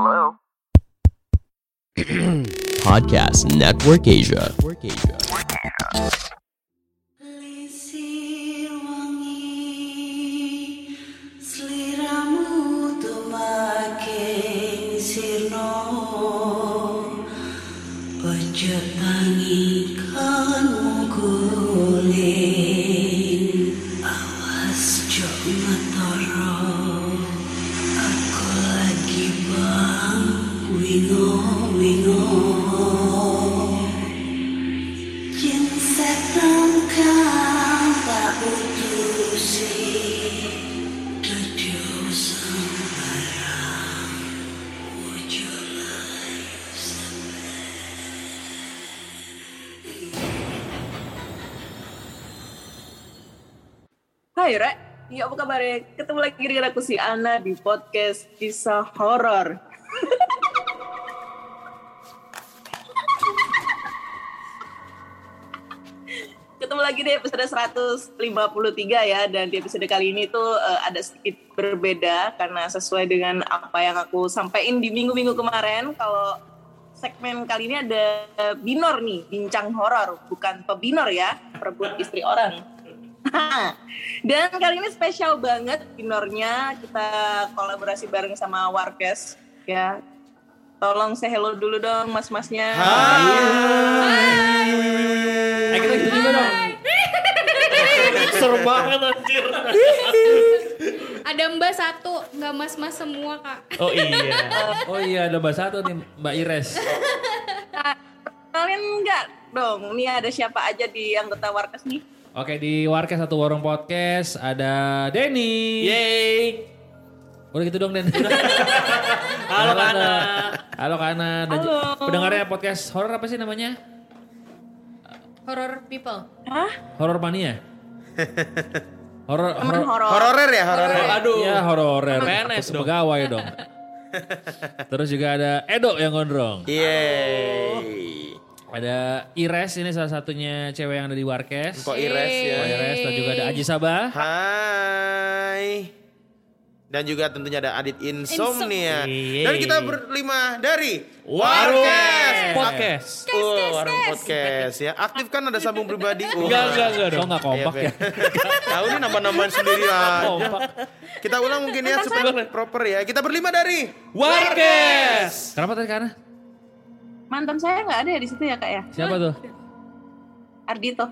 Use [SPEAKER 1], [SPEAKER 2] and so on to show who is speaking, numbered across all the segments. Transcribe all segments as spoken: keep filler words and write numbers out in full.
[SPEAKER 1] Hello.
[SPEAKER 2] Podcast Network Asia.
[SPEAKER 3] Lisir wangi sliramu tumaking sirno ojo tangi kanmu guling awas jo matoro aku lagi bang wingo wingo jin setan kang tak utusi dudu sembarang wujulai
[SPEAKER 4] Hai Rek, ya apa kabar? Ketemu lagi dengan aku si Ana di podcast kisah horor. Ketemu lagi di episode seratus lima puluh tiga ya, dan di episode kali ini tuh uh, ada sedikit berbeda karena sesuai dengan apa yang aku sampaikan di minggu-minggu kemarin. Kalau segmen kali ini ada uh, binor nih, bincang horor, bukan pebinor ya, perebut istri orang. Dan kali ini spesial banget binornya, kita kolaborasi bareng sama Warkes ya. Tolong say hello dulu dong mas-masnya.
[SPEAKER 5] Hai. Eh kita gitu juga dong. Seru banget anjir.
[SPEAKER 6] Ada mbak satu, nggak mas-mas semua kak.
[SPEAKER 5] Oh iya. Oh iya ada mbak satu nih, Mbak Ires.
[SPEAKER 4] Nah, kalian enggak dong, ini ada siapa aja di anggota Warkes nih?
[SPEAKER 5] Oke di Warkes Satu Warung Podcast ada Denny.
[SPEAKER 7] Yeay.
[SPEAKER 5] Udah gitu dong Den.
[SPEAKER 7] Halo Kana.
[SPEAKER 5] Halo Kana. Dan
[SPEAKER 4] Halo.
[SPEAKER 5] pendengarnya podcast horor apa sih namanya?
[SPEAKER 6] Horror people.
[SPEAKER 4] Hah?
[SPEAKER 5] Horor mania. Horor
[SPEAKER 4] Temen horor.
[SPEAKER 7] Hororer ya, hororer.
[SPEAKER 5] Aduh. Iya hororer.
[SPEAKER 7] P N S dong.
[SPEAKER 5] Pegawai dong. Terus juga ada Edo yang gondrong.
[SPEAKER 7] Yeay.
[SPEAKER 5] Ada Ires, ini salah satunya cewek yang ada di Warkes.
[SPEAKER 7] Kok Ires ya?
[SPEAKER 5] Kok Ires, dan juga ada Aji Sabah.
[SPEAKER 7] Hai. Dan juga tentunya ada Adit Insomnia.
[SPEAKER 5] Yeay.
[SPEAKER 7] Dan kita berlima dari
[SPEAKER 5] Warung
[SPEAKER 7] Warkes
[SPEAKER 5] Podcast.
[SPEAKER 7] Oh, Warung Podcast ya. Aktif kan ada sambung pribadi. Oh.
[SPEAKER 5] Enggak, enggak, enggak dong. Kok enggak kompak ya?
[SPEAKER 7] Tahu nih nama-nama sendiri aja.
[SPEAKER 5] Kompak.
[SPEAKER 7] Kita ulang mungkin ya supaya proper ya. Kita berlima dari
[SPEAKER 5] Warkes. Kenapa tadi Kana?
[SPEAKER 4] Mantan saya nggak ada ya di situ ya kak ya?
[SPEAKER 5] Siapa tuh?
[SPEAKER 4] Ardito.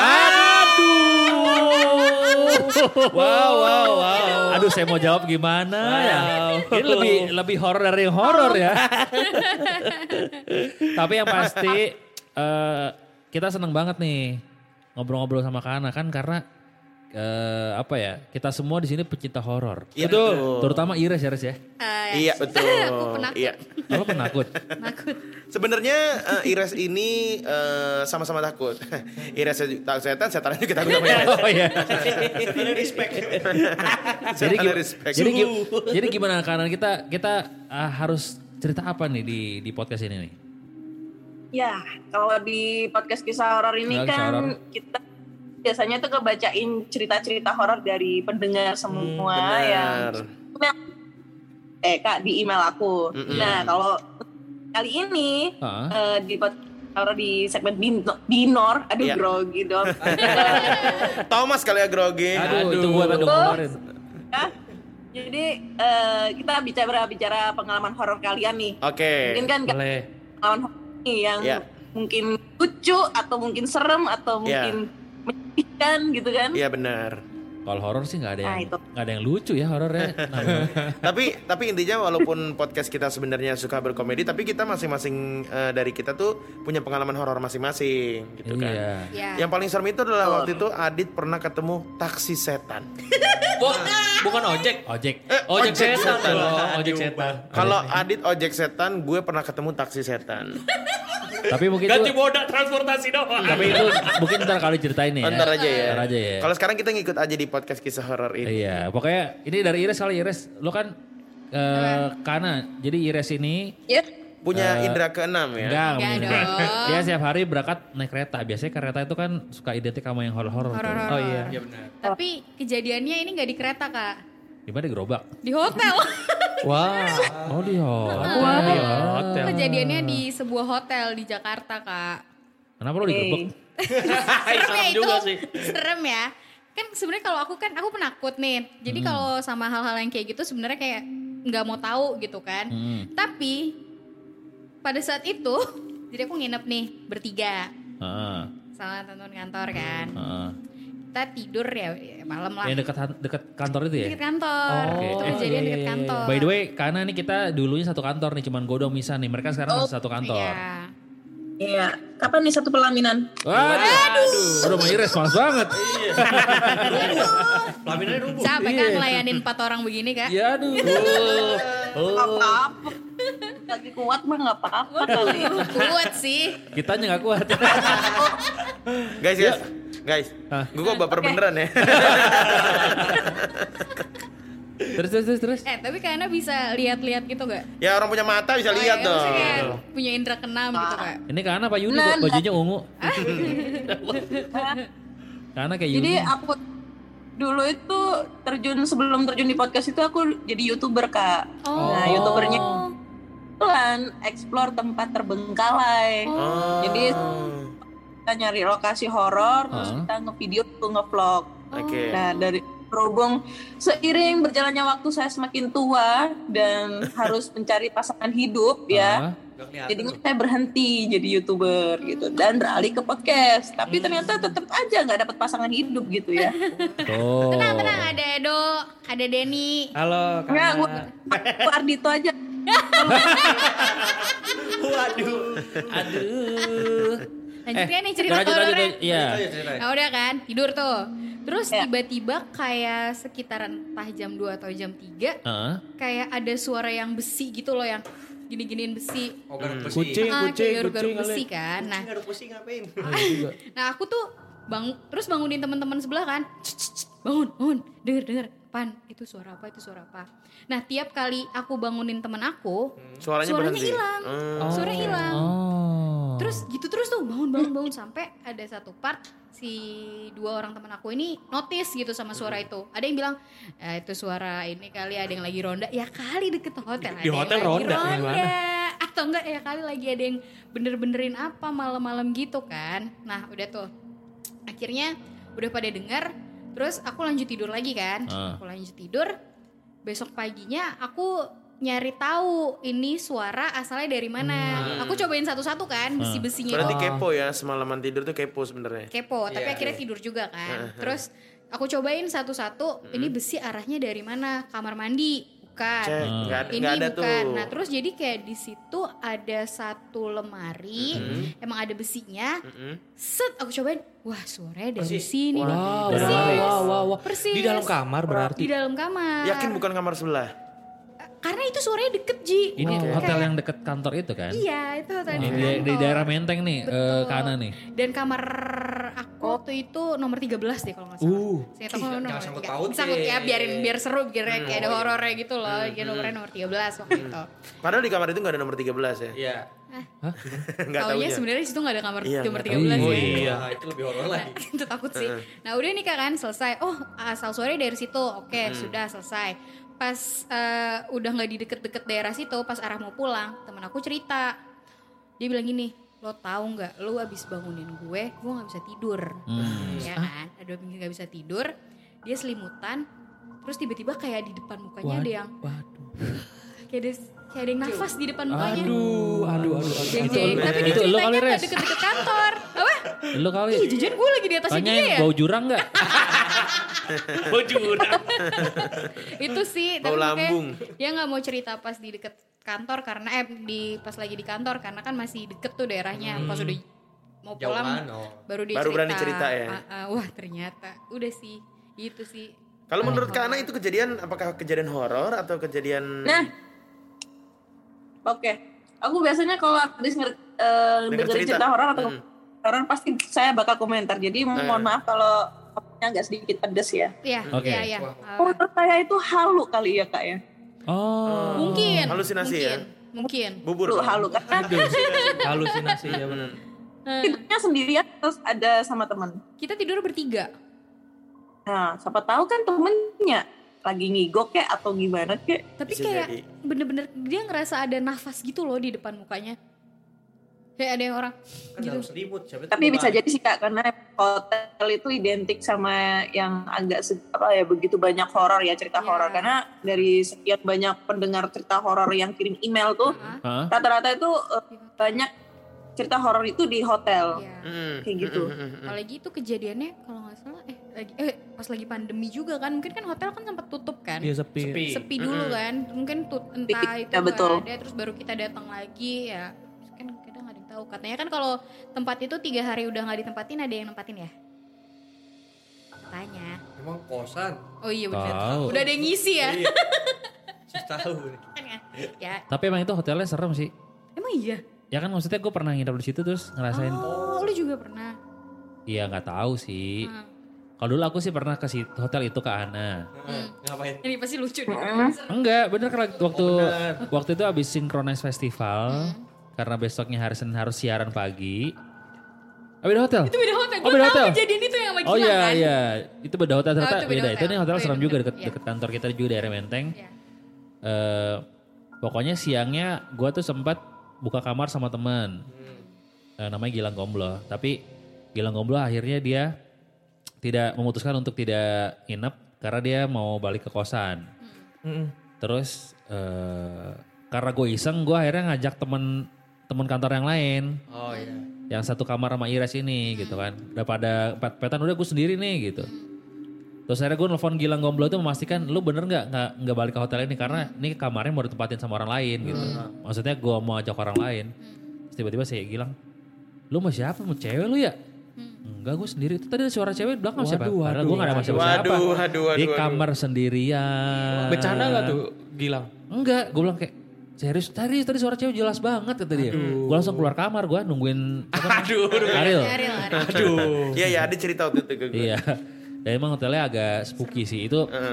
[SPEAKER 5] Aduh. Wow, wow, wow. Aduh, saya mau jawab gimana ya? Ini lebih lebih horor dari yang horor ya. Tapi yang pasti eh, kita seneng banget nih ngobrol-ngobrol sama Kana kan karena eh, apa ya? Kita semua di sini pecinta horor.
[SPEAKER 7] Iya,
[SPEAKER 5] Betul.
[SPEAKER 7] betul.
[SPEAKER 5] Terutama Ires ya, Res ya.
[SPEAKER 6] Uh,
[SPEAKER 7] Iya betul.
[SPEAKER 6] Aku penakut.
[SPEAKER 7] Iya.
[SPEAKER 5] Kalau penakut.
[SPEAKER 6] Penakut.
[SPEAKER 7] Sebenarnya uh, Ires ini uh, sama-sama takut. Ires takut setan, setan juga takut sama Ires.
[SPEAKER 5] Oh iya.
[SPEAKER 7] Respect.
[SPEAKER 5] Jadi
[SPEAKER 7] Setan
[SPEAKER 5] gimana,
[SPEAKER 7] respect.
[SPEAKER 5] jadi, gi- jadi gimana karena kita kita uh, harus cerita apa nih di di podcast ini nih?
[SPEAKER 4] Ya, kalau di podcast kisah horor ini
[SPEAKER 5] Kisah
[SPEAKER 4] kan
[SPEAKER 5] horor.
[SPEAKER 4] kita biasanya tuh ngebacain cerita-cerita horor dari pendengar semua
[SPEAKER 7] Hmm,
[SPEAKER 4] yang
[SPEAKER 7] benar.
[SPEAKER 4] eh kak di email aku.
[SPEAKER 7] Mm-mm.
[SPEAKER 4] Nah kalau kali ini
[SPEAKER 5] Heeh.
[SPEAKER 4] eh, di podcast horor di segmen bin- binor, aduh
[SPEAKER 7] Iya.
[SPEAKER 4] grogi dong.
[SPEAKER 7] Thomas kali ya grogi.
[SPEAKER 5] Aduh, itu gua tadi kemarin.
[SPEAKER 4] Ya, jadi eh, kita bicara bicara pengalaman horor kalian nih.
[SPEAKER 7] Oke.
[SPEAKER 4] Mungkin kan
[SPEAKER 5] Boleh.
[SPEAKER 4] pengalaman horor nih yang
[SPEAKER 7] Iya.
[SPEAKER 4] mungkin lucu atau mungkin serem atau
[SPEAKER 7] Iya.
[SPEAKER 4] mungkin menyedihkan gitu kan.
[SPEAKER 7] Iya benar.
[SPEAKER 5] Kalau horor sih nggak ada
[SPEAKER 4] Nah,
[SPEAKER 5] yang
[SPEAKER 4] itu.
[SPEAKER 5] nggak ada yang lucu ya horornya. Nah,
[SPEAKER 7] tapi tapi intinya walaupun podcast kita sebenarnya suka berkomedi, tapi kita masing-masing eh, dari kita tuh punya pengalaman horor masing-masing, gitu kan.
[SPEAKER 5] iya.
[SPEAKER 6] Ya.
[SPEAKER 7] Yang paling serem itu adalah waktu itu Adit pernah ketemu taksi setan.
[SPEAKER 8] Bukan ojek.
[SPEAKER 5] Ojek.
[SPEAKER 7] Eh,
[SPEAKER 8] Ojek
[SPEAKER 7] ojek
[SPEAKER 8] setan.
[SPEAKER 7] setan.
[SPEAKER 8] Oh, ojek setan.
[SPEAKER 7] Kalau Adit ojek setan, gue pernah ketemu taksi setan.
[SPEAKER 5] Tapi mungkin
[SPEAKER 8] Ganti
[SPEAKER 5] itu,
[SPEAKER 8] moda transportasi doang.
[SPEAKER 5] tapi itu mungkin ntar kali ceritain nih ya.
[SPEAKER 7] Ntar aja ya.
[SPEAKER 5] Ntar aja ya.
[SPEAKER 7] Kalau sekarang kita ngikut aja di podcast kisah horor ini.
[SPEAKER 5] Iya, pokoknya ini dari Ires kali Ires. Lo kan eh, Kana. Jadi Ires ini
[SPEAKER 4] Ya.
[SPEAKER 7] Punya
[SPEAKER 5] Eh,
[SPEAKER 7] indera keenam ya.
[SPEAKER 5] enggak,
[SPEAKER 6] Enggak
[SPEAKER 5] enggak.
[SPEAKER 6] dong.
[SPEAKER 5] Dia setiap hari berangkat naik kereta. Biasanya kereta itu kan suka identik sama yang horor-horor. tuh.
[SPEAKER 6] Horor-horor.
[SPEAKER 8] Oh iya. Iya benar.
[SPEAKER 6] Tapi kejadiannya ini nggak di kereta kak.
[SPEAKER 5] Di mana di gerobak?
[SPEAKER 6] Di hotel.
[SPEAKER 8] Wah.
[SPEAKER 5] Oh di hotel.
[SPEAKER 6] Wah.
[SPEAKER 8] Di hotel.
[SPEAKER 6] Kejadiannya di sebuah hotel di Jakarta, Kak.
[SPEAKER 5] Kenapa lo digerebek?
[SPEAKER 6] Serem ya itu.
[SPEAKER 8] juga sih.
[SPEAKER 6] Serem ya. Kan sebenarnya kalau aku kan aku penakut nih. Jadi kalau sama hal-hal yang kayak gitu sebenarnya kayak nggak mau tahu gitu kan.
[SPEAKER 5] Hmm.
[SPEAKER 6] Tapi pada saat itu jadi aku nginep nih bertiga
[SPEAKER 5] Heeh.
[SPEAKER 6] sama teman kantor kan.
[SPEAKER 5] Heeh.
[SPEAKER 6] Kita tidur ya, ya malam lah.
[SPEAKER 5] Yang dekat dekat kantor itu ya?
[SPEAKER 6] Dekat kantor.
[SPEAKER 5] Oh,
[SPEAKER 6] Itu
[SPEAKER 5] oke.
[SPEAKER 6] kejadian
[SPEAKER 5] Iya,
[SPEAKER 6] dekat
[SPEAKER 5] iya, iya.
[SPEAKER 6] kantor.
[SPEAKER 5] By the way, karena nih kita dulunya satu kantor nih, cuman gue doang misah nih. Mereka sekarang masih satu kantor.
[SPEAKER 6] Iya.
[SPEAKER 4] Iya. Kapan nih satu pelaminan?
[SPEAKER 5] Waduh, udah mau respons banget.
[SPEAKER 8] Pelaminannya rubuh.
[SPEAKER 6] Capek kan ngelayanin empat orang begini Kak?
[SPEAKER 5] Ya aduh.
[SPEAKER 8] Oh.
[SPEAKER 4] Apa-apa. Lagi kuat mah nggak apa-apa kali.
[SPEAKER 6] Kuat sih.
[SPEAKER 5] Kitanya gak kuat.
[SPEAKER 7] Guys, guys. Guys,
[SPEAKER 5] Hah?
[SPEAKER 7] gue kok baper beneran ya.
[SPEAKER 5] terus terus terus terus.
[SPEAKER 6] Eh tapi Kak Ana bisa lihat-liat gitu gak?
[SPEAKER 7] Ya orang punya mata bisa lihat
[SPEAKER 6] Oh, ya,
[SPEAKER 7] dong.
[SPEAKER 6] maksudnya kayak punya indera keenam gitu Kak.
[SPEAKER 5] Ini karena Pak Yuni
[SPEAKER 4] Nah,
[SPEAKER 5] bajunya ungu. Karena kayak
[SPEAKER 4] Jadi
[SPEAKER 5] Yuni.
[SPEAKER 4] aku dulu itu terjun sebelum terjun di podcast itu aku jadi YouTuber Kak.
[SPEAKER 6] Oh.
[SPEAKER 4] Nah, YouTubernya pelan explore tempat terbengkalai.
[SPEAKER 7] Oh.
[SPEAKER 4] Jadi kita nyari lokasi horor, terus
[SPEAKER 5] Oh.
[SPEAKER 4] kita nge-video tuh nge-vlog.
[SPEAKER 7] Oke.
[SPEAKER 4] Nah, dari berhubung seiring berjalannya waktu saya semakin tua dan harus mencari pasangan hidup ya.
[SPEAKER 5] Ah.
[SPEAKER 4] Jadinya saya berhenti jadi YouTuber gitu dan beralih ke podcast. Tapi ternyata tetap aja nggak dapat pasangan hidup gitu ya.
[SPEAKER 5] Tuh.
[SPEAKER 6] Tenang tenang ada Edo, ada Denny.
[SPEAKER 8] Halo, Kak.
[SPEAKER 4] Enggak, gua, aku Ardito aja.
[SPEAKER 8] Waduh.
[SPEAKER 5] Aduh.
[SPEAKER 6] Lanjutnya nih cerita
[SPEAKER 5] lanjut, lanjut,
[SPEAKER 6] horornya.
[SPEAKER 5] lanjut. Iya.
[SPEAKER 6] Nah udah kan tidur tuh. Terus
[SPEAKER 4] Ya.
[SPEAKER 6] tiba-tiba kayak sekitaran entah jam dua atau jam tiga
[SPEAKER 5] Heeh.
[SPEAKER 6] kayak ada suara yang besi gitu loh yang gini-giniin besi.
[SPEAKER 8] Oh, garuk besi.
[SPEAKER 5] Kucing,
[SPEAKER 6] Ah,
[SPEAKER 5] kucing,
[SPEAKER 6] kayak garuk-garuk
[SPEAKER 5] kucing
[SPEAKER 6] besi
[SPEAKER 5] kali.
[SPEAKER 6] kan. Nah,
[SPEAKER 8] Garuk besi ngapain?
[SPEAKER 6] nah aku tuh bang terus bangunin teman-teman sebelah kan. "Cst, cst, cst, bangun, bangun, denger, denger. Pan, itu suara apa? Itu suara apa?" Nah, tiap kali aku bangunin teman aku,
[SPEAKER 7] Suaranya,
[SPEAKER 6] suaranya
[SPEAKER 7] berhenti.
[SPEAKER 6] hilang.
[SPEAKER 7] Hmm.
[SPEAKER 6] Suaranya hilang.
[SPEAKER 5] Oh.
[SPEAKER 6] Terus gitu terus tuh bangun bangun bangun sampai ada satu part si dua orang teman aku ini notice gitu sama suara itu. Ada yang bilang eh, itu suara ini kali ada yang lagi ronda. Ya kali deket hotel.
[SPEAKER 8] Di
[SPEAKER 6] ada yang
[SPEAKER 8] hotel
[SPEAKER 6] lagi
[SPEAKER 8] ronda, gimana?
[SPEAKER 6] Atau enggak ya kali lagi ada yang bener-benerin apa malam-malam gitu kan. Nah udah tuh akhirnya udah pada dengar. Terus aku lanjut tidur lagi kan.
[SPEAKER 5] Ah.
[SPEAKER 6] Aku lanjut tidur. Besok paginya aku nyari tahu ini suara asalnya dari mana. Aku cobain satu-satu kan besi-besinya
[SPEAKER 7] Berarti
[SPEAKER 6] itu.
[SPEAKER 7] kepo ya, semalaman tidur tuh kepo sebenarnya.
[SPEAKER 6] Kepo, tapi
[SPEAKER 8] Iya,
[SPEAKER 6] akhirnya
[SPEAKER 8] iya.
[SPEAKER 6] tidur juga kan. Terus aku cobain satu-satu, ini besi arahnya dari mana? Kamar mandi, bukan.
[SPEAKER 7] Cek, nggak ada,
[SPEAKER 6] Ini
[SPEAKER 7] nggak ada
[SPEAKER 6] bukan.
[SPEAKER 7] tuh.
[SPEAKER 6] Nah, terus jadi kayak di situ ada satu lemari, emang ada besinya.
[SPEAKER 7] Mm-mm.
[SPEAKER 6] Set, aku cobain. Wah, suaranya dari
[SPEAKER 8] Persis.
[SPEAKER 6] sini. nih.
[SPEAKER 8] Wow,
[SPEAKER 6] Persis.
[SPEAKER 8] wow, wow, wow.
[SPEAKER 6] Persis.
[SPEAKER 8] Di dalam kamar berarti.
[SPEAKER 6] Di dalam kamar.
[SPEAKER 7] Yakin bukan kamar sebelah?
[SPEAKER 6] Karena itu suaranya deket, Ji.
[SPEAKER 5] Ini
[SPEAKER 6] Kayak-
[SPEAKER 5] hotel yang deket kantor itu kan?
[SPEAKER 6] Iya, itu hotel
[SPEAKER 5] Ini
[SPEAKER 6] di
[SPEAKER 5] di, di
[SPEAKER 6] kantor.
[SPEAKER 5] daerah Menteng nih, eh, Kana nih.
[SPEAKER 6] Dan kamar aku waktu itu nomor tiga belas deh kalau nggak salah.
[SPEAKER 8] Uh,
[SPEAKER 6] Saya tahu
[SPEAKER 8] jangan
[SPEAKER 6] nomor
[SPEAKER 8] sangkut
[SPEAKER 6] tiga.
[SPEAKER 8] paut
[SPEAKER 6] Sangkut
[SPEAKER 8] deh.
[SPEAKER 6] ya biarin biar seru biar
[SPEAKER 8] Hmm,
[SPEAKER 6] kayak ada
[SPEAKER 8] oh iya.
[SPEAKER 6] horornya gitu loh. Jadi nomornya nomor tiga belas waktu itu.
[SPEAKER 7] Padahal di kamar itu nggak ada nomor tiga belas ya?
[SPEAKER 8] Iya.
[SPEAKER 7] Nggak tahu
[SPEAKER 6] Taunya
[SPEAKER 7] ya.
[SPEAKER 6] sebenarnya di situ nggak ada kamar
[SPEAKER 7] Iya,
[SPEAKER 6] nomor
[SPEAKER 7] nggak
[SPEAKER 6] tiga
[SPEAKER 7] tahu.
[SPEAKER 6] belas
[SPEAKER 5] Oh
[SPEAKER 6] ya.
[SPEAKER 5] iya.
[SPEAKER 8] Nah, itu lebih horor lagi.
[SPEAKER 6] Itu takut sih. Nah udah nih Kak kan selesai. Oh asal suaranya dari situ. Oke sudah selesai. Pas eh, udah nggak di deket-deket daerah situ, pas arah mau pulang, temen aku cerita. Dia bilang gini, lo tahu nggak? Lo abis bangunin gue, gue nggak bisa tidur.
[SPEAKER 5] Hmm.
[SPEAKER 6] Ya kan? Ada nggak bisa tidur. Dia selimutan. Terus tiba-tiba kayak di depan mukanya ada yang
[SPEAKER 5] Waduh.
[SPEAKER 6] kayak ada kayak ada yang nafas di depan mukanya.
[SPEAKER 8] Aduh, aduh, aduh. aduh.
[SPEAKER 6] Jeng,
[SPEAKER 5] Itu
[SPEAKER 6] jeng.
[SPEAKER 5] lu-
[SPEAKER 6] Tapi
[SPEAKER 5] itu
[SPEAKER 6] dia
[SPEAKER 5] lu
[SPEAKER 6] ceritanya
[SPEAKER 5] kali,
[SPEAKER 6] nggak
[SPEAKER 5] Res.
[SPEAKER 6] deket-deket kantor. Apa?
[SPEAKER 5] Lu kali.
[SPEAKER 6] Ih, jajan gue lagi di atasnya
[SPEAKER 5] Tanya
[SPEAKER 6] dia ya.
[SPEAKER 5] bau jurang nggak?
[SPEAKER 8] Bau jurang.
[SPEAKER 6] Itu sih
[SPEAKER 7] Bau
[SPEAKER 6] tapi makanya
[SPEAKER 7] lambung.
[SPEAKER 6] dia nggak mau cerita pas di deket kantor karena eh di pas lagi di kantor karena kan masih deket tuh daerahnya pas udah mau pulang
[SPEAKER 8] Jauhan, oh.
[SPEAKER 6] baru dia
[SPEAKER 7] Baru
[SPEAKER 6] cerita.
[SPEAKER 7] berani cerita ya?
[SPEAKER 6] Ah, ah, wah ternyata udah sih itu sih.
[SPEAKER 7] Kalau menurut Kak Ana itu kejadian, apakah kejadian horor atau kejadian...
[SPEAKER 4] Nah, oke. Aku biasanya kalau habis nger- eh,
[SPEAKER 7] Dengar
[SPEAKER 4] dengerin
[SPEAKER 7] cerita.
[SPEAKER 4] cerita horor atau
[SPEAKER 7] Hmm.
[SPEAKER 4] horor pasti saya bakal komentar. Jadi mohon maaf kalau topiknya agak sedikit pedes ya.
[SPEAKER 6] Iya,
[SPEAKER 5] Oke.
[SPEAKER 6] iya, iya.
[SPEAKER 8] Wah.
[SPEAKER 6] Ah,
[SPEAKER 4] Menurut saya itu halu kali ya Kak ya.
[SPEAKER 5] Oh.
[SPEAKER 6] mungkin.
[SPEAKER 7] Halusinasi
[SPEAKER 6] mungkin,
[SPEAKER 7] ya?
[SPEAKER 6] Mungkin.
[SPEAKER 7] Bubur.
[SPEAKER 4] Lu
[SPEAKER 7] Bang.
[SPEAKER 4] halu karena
[SPEAKER 8] Halusinasi ya benar.
[SPEAKER 4] tidurnya sendirian terus ada sama teman.
[SPEAKER 6] Kita tidur bertiga.
[SPEAKER 4] Nah, siapa tahu kan temennya lagi ngigok kayak atau gimana kayak.
[SPEAKER 6] Tapi
[SPEAKER 7] Bisa
[SPEAKER 6] kayak
[SPEAKER 7] jadi.
[SPEAKER 6] bener-bener dia ngerasa ada nafas gitu loh di depan mukanya. Kayak ada yang orang
[SPEAKER 8] Kan
[SPEAKER 6] gitu.
[SPEAKER 8] dalam selimut. Siapa tahu
[SPEAKER 4] Tapi bisa
[SPEAKER 8] bawa-
[SPEAKER 4] jadi sih Kak, karena hotel itu identik sama yang agak se- apa ya begitu banyak horor ya, cerita
[SPEAKER 6] Iya.
[SPEAKER 4] horor. Karena dari sekian banyak pendengar cerita horor yang kirim email tuh,
[SPEAKER 6] Hah?
[SPEAKER 5] Hah?
[SPEAKER 4] rata-rata itu eh, banyak cerita horor itu di hotel.
[SPEAKER 6] Iya.
[SPEAKER 7] Mm,
[SPEAKER 4] Kayak gitu.
[SPEAKER 7] mm, mm, mm, mm.
[SPEAKER 6] Apalagi itu kejadiannya kalau nggak salah eh lagi eh pas lagi pandemi juga kan, mungkin kan hotel kan sempat tutup kan.
[SPEAKER 8] Iya sepi.
[SPEAKER 5] Sepi.
[SPEAKER 6] Sepi dulu kan, mungkin tut, entah
[SPEAKER 4] Sepi,
[SPEAKER 6] itu
[SPEAKER 4] ya,
[SPEAKER 6] nggak
[SPEAKER 4] betul.
[SPEAKER 6] ada terus baru kita datang lagi ya. Terus kan kadang nggak ada yang tahu. Katanya kan kalau tempat itu tiga hari udah nggak ditempatin ada yang nempatin ya. Katanya.
[SPEAKER 8] Emang kosan.
[SPEAKER 6] Oh iya benar.
[SPEAKER 5] Tahu.
[SPEAKER 6] Udah ada yang ngisi ya.
[SPEAKER 8] Iya. Saya tahu nih.
[SPEAKER 6] Kan ya. Ya,
[SPEAKER 5] Tapi emang itu hotelnya serem sih.
[SPEAKER 6] emang iya.
[SPEAKER 5] Ya kan maksudnya gue pernah nginep di situ terus ngerasain.
[SPEAKER 6] Oh, lu juga pernah.
[SPEAKER 5] Iya nggak tahu sih.
[SPEAKER 6] Hmm.
[SPEAKER 5] Kalau dulu aku sih pernah ke situ, hotel itu ke Ana.
[SPEAKER 8] Hmm. Ngapain?
[SPEAKER 6] Ini pasti lucu nih.
[SPEAKER 5] Enggak, bener kan waktu
[SPEAKER 8] Oh, bener.
[SPEAKER 5] waktu itu habis Synchronize Festival
[SPEAKER 6] Hmm.
[SPEAKER 5] karena besoknya hari Senin harus siaran pagi. Oh, beda hotel.
[SPEAKER 6] Itu beda hotel.
[SPEAKER 5] Oh,
[SPEAKER 6] Gue
[SPEAKER 5] beda
[SPEAKER 6] tahu
[SPEAKER 5] hotel.
[SPEAKER 6] kejadian itu yang sama
[SPEAKER 5] Oh
[SPEAKER 6] Gilang
[SPEAKER 5] iya
[SPEAKER 6] kan.
[SPEAKER 5] iya, itu beda hotel ternyata
[SPEAKER 6] Oh, itu beda
[SPEAKER 5] beda. Itu
[SPEAKER 6] hotel.
[SPEAKER 5] nih hotel
[SPEAKER 6] Oh,
[SPEAKER 5] serem
[SPEAKER 6] iya,
[SPEAKER 5] juga
[SPEAKER 6] bener.
[SPEAKER 5] deket
[SPEAKER 6] Iya.
[SPEAKER 5] deket kantor kita juga daerah Menteng.
[SPEAKER 6] Iya.
[SPEAKER 5] Eh, pokoknya siangnya gua tuh sempat buka kamar sama teman. Eh, namanya Gilang Gomblo. Tapi Gilang Gomblo akhirnya dia tidak memutuskan untuk tidak nginep karena dia mau balik ke kosan.
[SPEAKER 8] Mm-mm.
[SPEAKER 5] Terus eh, karena gue iseng, gue akhirnya ngajak temen temen kantor yang lain,
[SPEAKER 8] Oh iya.
[SPEAKER 5] yang satu kamar sama Ires ini gitu kan. Udah pada pet-petan, udah gue sendiri nih gitu. Terus akhirnya gue nelfon Gilang Gomblo itu memastikan, lu bener nggak nggak nggak balik ke hotel ini karena ini kamarnya mau ditempatin sama orang lain gitu. Maksudnya gue mau ajak orang lain. Terus tiba-tiba saya Gilang, lu mau siapa? Mau cewek lu ya? Enggak, gue sendiri. Itu tadi ada suara cewek di belakang siapa?
[SPEAKER 8] Waduh,
[SPEAKER 5] Padahal
[SPEAKER 8] waduh,
[SPEAKER 5] gue gak ada sama siapa-siapa.
[SPEAKER 7] Waduh, waduh, waduh,
[SPEAKER 5] Di
[SPEAKER 7] waduh.
[SPEAKER 5] kamar sendirian.
[SPEAKER 8] Bercanda gak tuh Gilang?
[SPEAKER 5] Enggak, gue bilang kayak serius, tadi tadi suara cewek jelas banget kata dia. Gue langsung keluar kamar, gue nungguin
[SPEAKER 8] Aduh.
[SPEAKER 5] Ariel.
[SPEAKER 6] Ariel, Ariel.
[SPEAKER 8] Aduh.
[SPEAKER 7] Iya ya, ada cerita waktu itu ke gue.
[SPEAKER 5] Iya. Dan emang hotelnya agak spooky sih. Itu
[SPEAKER 7] Heeh.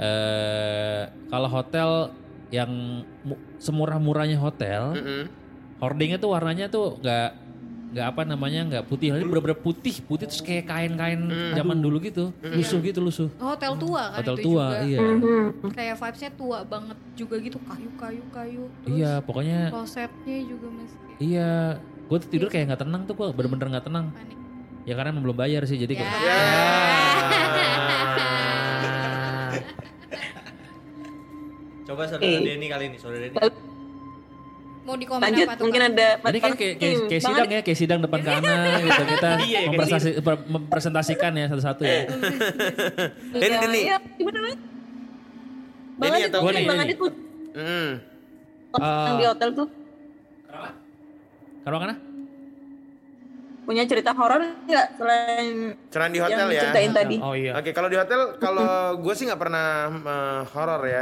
[SPEAKER 5] eh kalau hotel yang mu- semurah-murahnya hotel,
[SPEAKER 7] Mm-mm.
[SPEAKER 5] hordingnya tuh warnanya tuh nggak nggak apa namanya nggak putih, ini bener-bener putih, putih terus kayak kain-kain zaman dulu gitu, lusuh gitu lusuh.
[SPEAKER 6] Hotel tua kan
[SPEAKER 5] Hotel
[SPEAKER 6] itu
[SPEAKER 5] tua,
[SPEAKER 6] juga.
[SPEAKER 5] iya.
[SPEAKER 6] Kayak vibes-nya tua banget juga gitu, kayu-kayu kayu. Terus
[SPEAKER 5] Iya, pokoknya
[SPEAKER 6] klosetnya juga masih kayak
[SPEAKER 5] iya. Gue tuh tidur kayak nggak tenang tuh, gue bener-bener nggak tenang.
[SPEAKER 6] panik.
[SPEAKER 5] Ya karena emang belum bayar sih, jadi
[SPEAKER 6] Ya.
[SPEAKER 5] gua-
[SPEAKER 7] Ya.
[SPEAKER 8] Coba saudara
[SPEAKER 4] Eh.
[SPEAKER 8] Denny kali ini, saudara Denny.
[SPEAKER 6] Mau di komen
[SPEAKER 4] Lanjut,
[SPEAKER 6] apa tuh?
[SPEAKER 4] mungkin
[SPEAKER 6] Kak?
[SPEAKER 4] ada
[SPEAKER 5] Ini kan kayak, kayak, kayak
[SPEAKER 4] Bang
[SPEAKER 5] sidang
[SPEAKER 4] Adi.
[SPEAKER 5] ya, kayak sidang depan kanan gitu. Kita
[SPEAKER 8] Iya, kayak
[SPEAKER 5] mempresentasi- mempresentasikan ya satu-satu ya.
[SPEAKER 7] Denny,
[SPEAKER 4] Iya,
[SPEAKER 7] Denny.
[SPEAKER 4] iya, gimana Bang? Bang
[SPEAKER 7] Denny
[SPEAKER 4] Adit,
[SPEAKER 7] atau
[SPEAKER 4] mungkin
[SPEAKER 5] Denny,
[SPEAKER 4] Bang
[SPEAKER 5] Denny?
[SPEAKER 4] Adit tuh
[SPEAKER 7] Mm.
[SPEAKER 4] yang di hotel tuh
[SPEAKER 5] Kalau mana?
[SPEAKER 4] punya cerita horor nggak selain
[SPEAKER 7] Selain di hotel
[SPEAKER 4] yang
[SPEAKER 7] ya.
[SPEAKER 4] diceritain tadi?
[SPEAKER 8] Oh iya.
[SPEAKER 7] Oke, kalau di hotel, kalau gue sih nggak pernah eh, horor ya.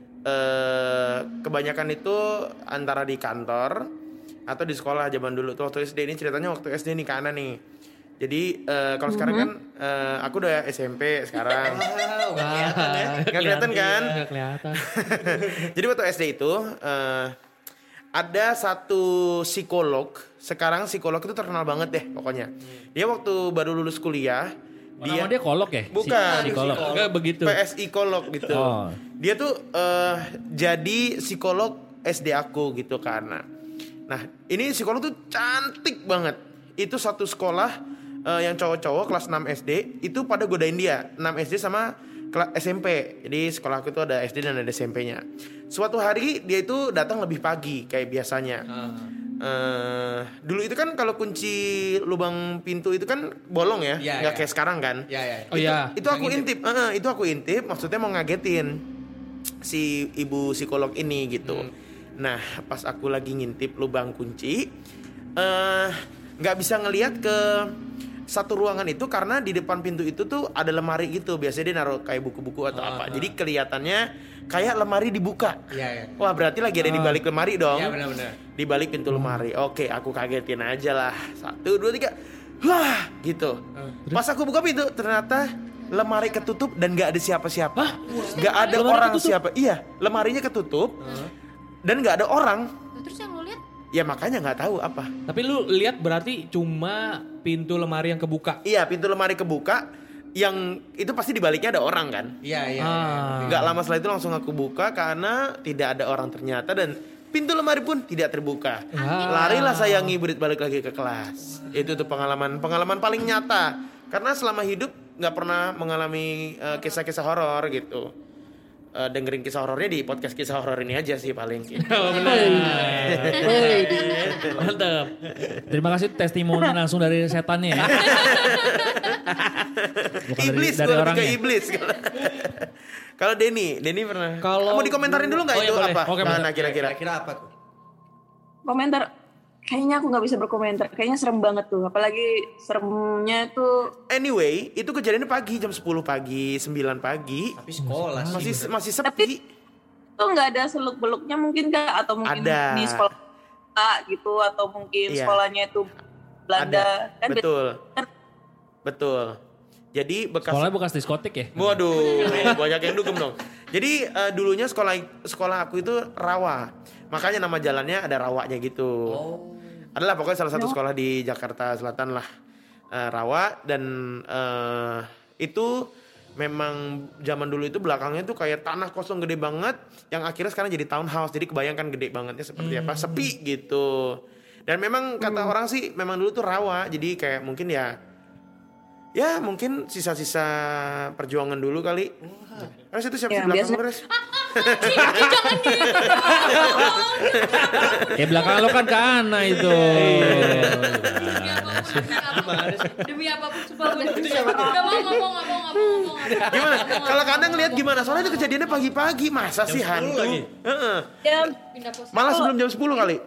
[SPEAKER 7] Eh, kebanyakan itu antara di kantor atau di sekolah zaman dulu tuh waktu S D. Ini ceritanya waktu S D nih Kana nih. Jadi eh, kalau sekarang kan eh, aku udah S M P sekarang.
[SPEAKER 8] Wow, nggak kelihatan ya.
[SPEAKER 7] Nggak kelihatan kan?
[SPEAKER 8] Nggak kelihatan.
[SPEAKER 7] Jadi waktu S D itu eh, ada satu psikolog. Sekarang psikolog itu terkenal banget deh pokoknya. Dia waktu baru lulus kuliah,
[SPEAKER 5] Dia, nama dia kolok ya?
[SPEAKER 7] Bukan.
[SPEAKER 5] Si, psikolog. Enggak begitu.
[SPEAKER 7] P S I kolog gitu.
[SPEAKER 5] Oh.
[SPEAKER 7] Dia tuh eh, jadi psikolog S D aku gitu karena. Nah, ini psikolog tuh cantik banget. Itu satu sekolah eh, yang cowok-cowok kelas enam S D itu pada godain dia. enam S D sama kelas S M P. Jadi sekolah aku itu ada S D dan ada S M P-nya. Suatu hari dia itu datang lebih pagi kayak biasanya. Eh, dulu itu kan kalau kunci lubang pintu itu kan bolong ya,
[SPEAKER 8] Iya,
[SPEAKER 7] nggak
[SPEAKER 8] iya.
[SPEAKER 7] kayak sekarang kan.
[SPEAKER 8] Iya, iya.
[SPEAKER 5] Oh iya.
[SPEAKER 7] Itu aku intip, eh, itu aku intip, maksudnya mau ngagetin si ibu psikolog ini gitu. Nah, pas aku lagi ngintip lubang kunci, eh nggak bisa ngelihat ke satu ruangan itu karena di depan pintu itu tuh ada lemari gitu. Biasanya dia naruh kayak buku-buku atau apa. Jadi kelihatannya kayak lemari dibuka.
[SPEAKER 8] Iya, iya.
[SPEAKER 7] Wah, berarti lagi ada di balik lemari dong.
[SPEAKER 8] Iya, benar-benar.
[SPEAKER 7] Di balik pintu lemari. Oke, aku kagetin aja lah. Satu, dua, tiga. Wah, gitu. Pas aku buka pintu, ternyata lemari ketutup dan gak ada siapa-siapa. Gak ada orang siapa. Iya, lemarinya ketutup dan gak ada orang.
[SPEAKER 6] Terus yang lo lihat
[SPEAKER 7] Ya makanya nggak tahu apa.
[SPEAKER 8] Tapi lu lihat berarti cuma pintu lemari yang kebuka.
[SPEAKER 7] Iya, pintu lemari kebuka. yang itu pasti di baliknya ada orang kan.
[SPEAKER 8] Iya, iya.
[SPEAKER 5] Ah.
[SPEAKER 7] Gak lama setelah itu langsung aku buka karena tidak ada orang ternyata dan pintu lemari pun tidak terbuka. Larilah saya ngibrit balik lagi ke kelas. Itu tuh pengalaman pengalaman paling nyata karena selama hidup nggak pernah mengalami uh, kisah-kisah horor gitu. Uh, dengerin kisah horornya di podcast kisah horor ini aja sih paling.
[SPEAKER 5] Oh, benar. Mantap. Terima kasih testimoni langsung dari setannya ya. Bukan
[SPEAKER 7] Iblis,
[SPEAKER 5] dari, dari
[SPEAKER 7] gue lebih ke
[SPEAKER 5] orangnya.
[SPEAKER 7] iblis. Kalau Denny, Denny pernah.
[SPEAKER 8] Kalau-
[SPEAKER 7] Mau dikomentarin dulu nggak
[SPEAKER 8] Oh, iya,
[SPEAKER 7] itu
[SPEAKER 8] boleh.
[SPEAKER 7] apa?
[SPEAKER 5] Oke,
[SPEAKER 7] Mana
[SPEAKER 5] boleh.
[SPEAKER 7] kira-kira?
[SPEAKER 8] Kira-kira apa tuh?
[SPEAKER 4] Komentar, kayaknya aku nggak bisa berkomentar. Kayaknya serem banget tuh. Apalagi seremnya tuh
[SPEAKER 7] Anyway, itu kejadiannya pagi jam sepuluh pagi, sembilan pagi.
[SPEAKER 8] Tapi sekolah sih.
[SPEAKER 7] Masih masih sepi.
[SPEAKER 4] Tapi tuh nggak ada seluk beluknya mungkin kak, atau mungkin
[SPEAKER 7] Ada.
[SPEAKER 4] di sekolah A gitu, atau mungkin
[SPEAKER 7] Iya.
[SPEAKER 4] sekolahnya itu Belanda.
[SPEAKER 7] Ada.
[SPEAKER 4] Kan
[SPEAKER 7] Betul.
[SPEAKER 4] kan-
[SPEAKER 7] Betul. Jadi bekas
[SPEAKER 5] Sekolahnya bekas diskotik ya?
[SPEAKER 7] Waduh, banyak yang dugem dong. Jadi eh, dulunya sekolah sekolah aku itu rawa. Makanya nama jalannya ada rawanya gitu.
[SPEAKER 8] Oh.
[SPEAKER 7] Adalah pokoknya salah satu sekolah di Jakarta Selatan lah. Eh, rawa dan eh, itu memang zaman dulu itu belakangnya tuh kayak tanah kosong gede banget yang akhirnya sekarang jadi townhouse. Jadi kebayangkan gede bangetnya seperti apa, sepi gitu. Dan memang kata orang sih memang dulu tuh rawa. Jadi kayak mungkin ya ya mungkin sisa-sisa perjuangan dulu kali. Res itu siapa
[SPEAKER 4] Ya,
[SPEAKER 7] sih belakang
[SPEAKER 4] biasa-
[SPEAKER 7] lu, Res?
[SPEAKER 5] Ya belakang lo kan ke Ana itu.
[SPEAKER 6] Demi apapun, demi apapun, sumpah gue gak mau ngomong, gak mau ngomong, gak mau ngomong.
[SPEAKER 7] Gimana? Kalau kalian ngelihat gimana? Soalnya itu kejadiannya pagi-pagi. Masa sih hantu? Heeh.
[SPEAKER 4] Ya,
[SPEAKER 6] Pindah posisi.
[SPEAKER 7] Malah sebelum jam sepuluh kali.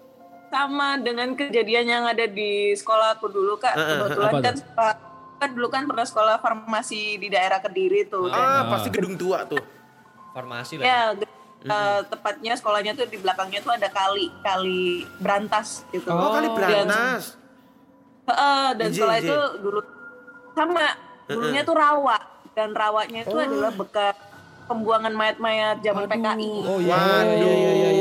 [SPEAKER 4] sama dengan kejadian yang ada di sekolah aku dulu kak. Kebetulan
[SPEAKER 5] Apa
[SPEAKER 4] kan
[SPEAKER 5] tuh?
[SPEAKER 4] sekolah, kan dulu kan pernah sekolah farmasi di daerah Kediri tuh.
[SPEAKER 7] Ah,
[SPEAKER 4] Dan
[SPEAKER 7] pasti gedung tua tuh.
[SPEAKER 8] Farmasi lah.
[SPEAKER 4] ya ge- eh, tepatnya sekolahnya tuh di belakangnya tuh ada kali kali berantas gitu.
[SPEAKER 7] Oh, kali berantas.
[SPEAKER 4] Heeh, dan
[SPEAKER 7] Ije,
[SPEAKER 4] sekolah
[SPEAKER 7] ije.
[SPEAKER 4] itu dulu sama dulunya tuh rawa dan rawanya itu adalah bekas pembuangan mayat-mayat zaman P K I.
[SPEAKER 8] Oh iya.
[SPEAKER 7] Waduh,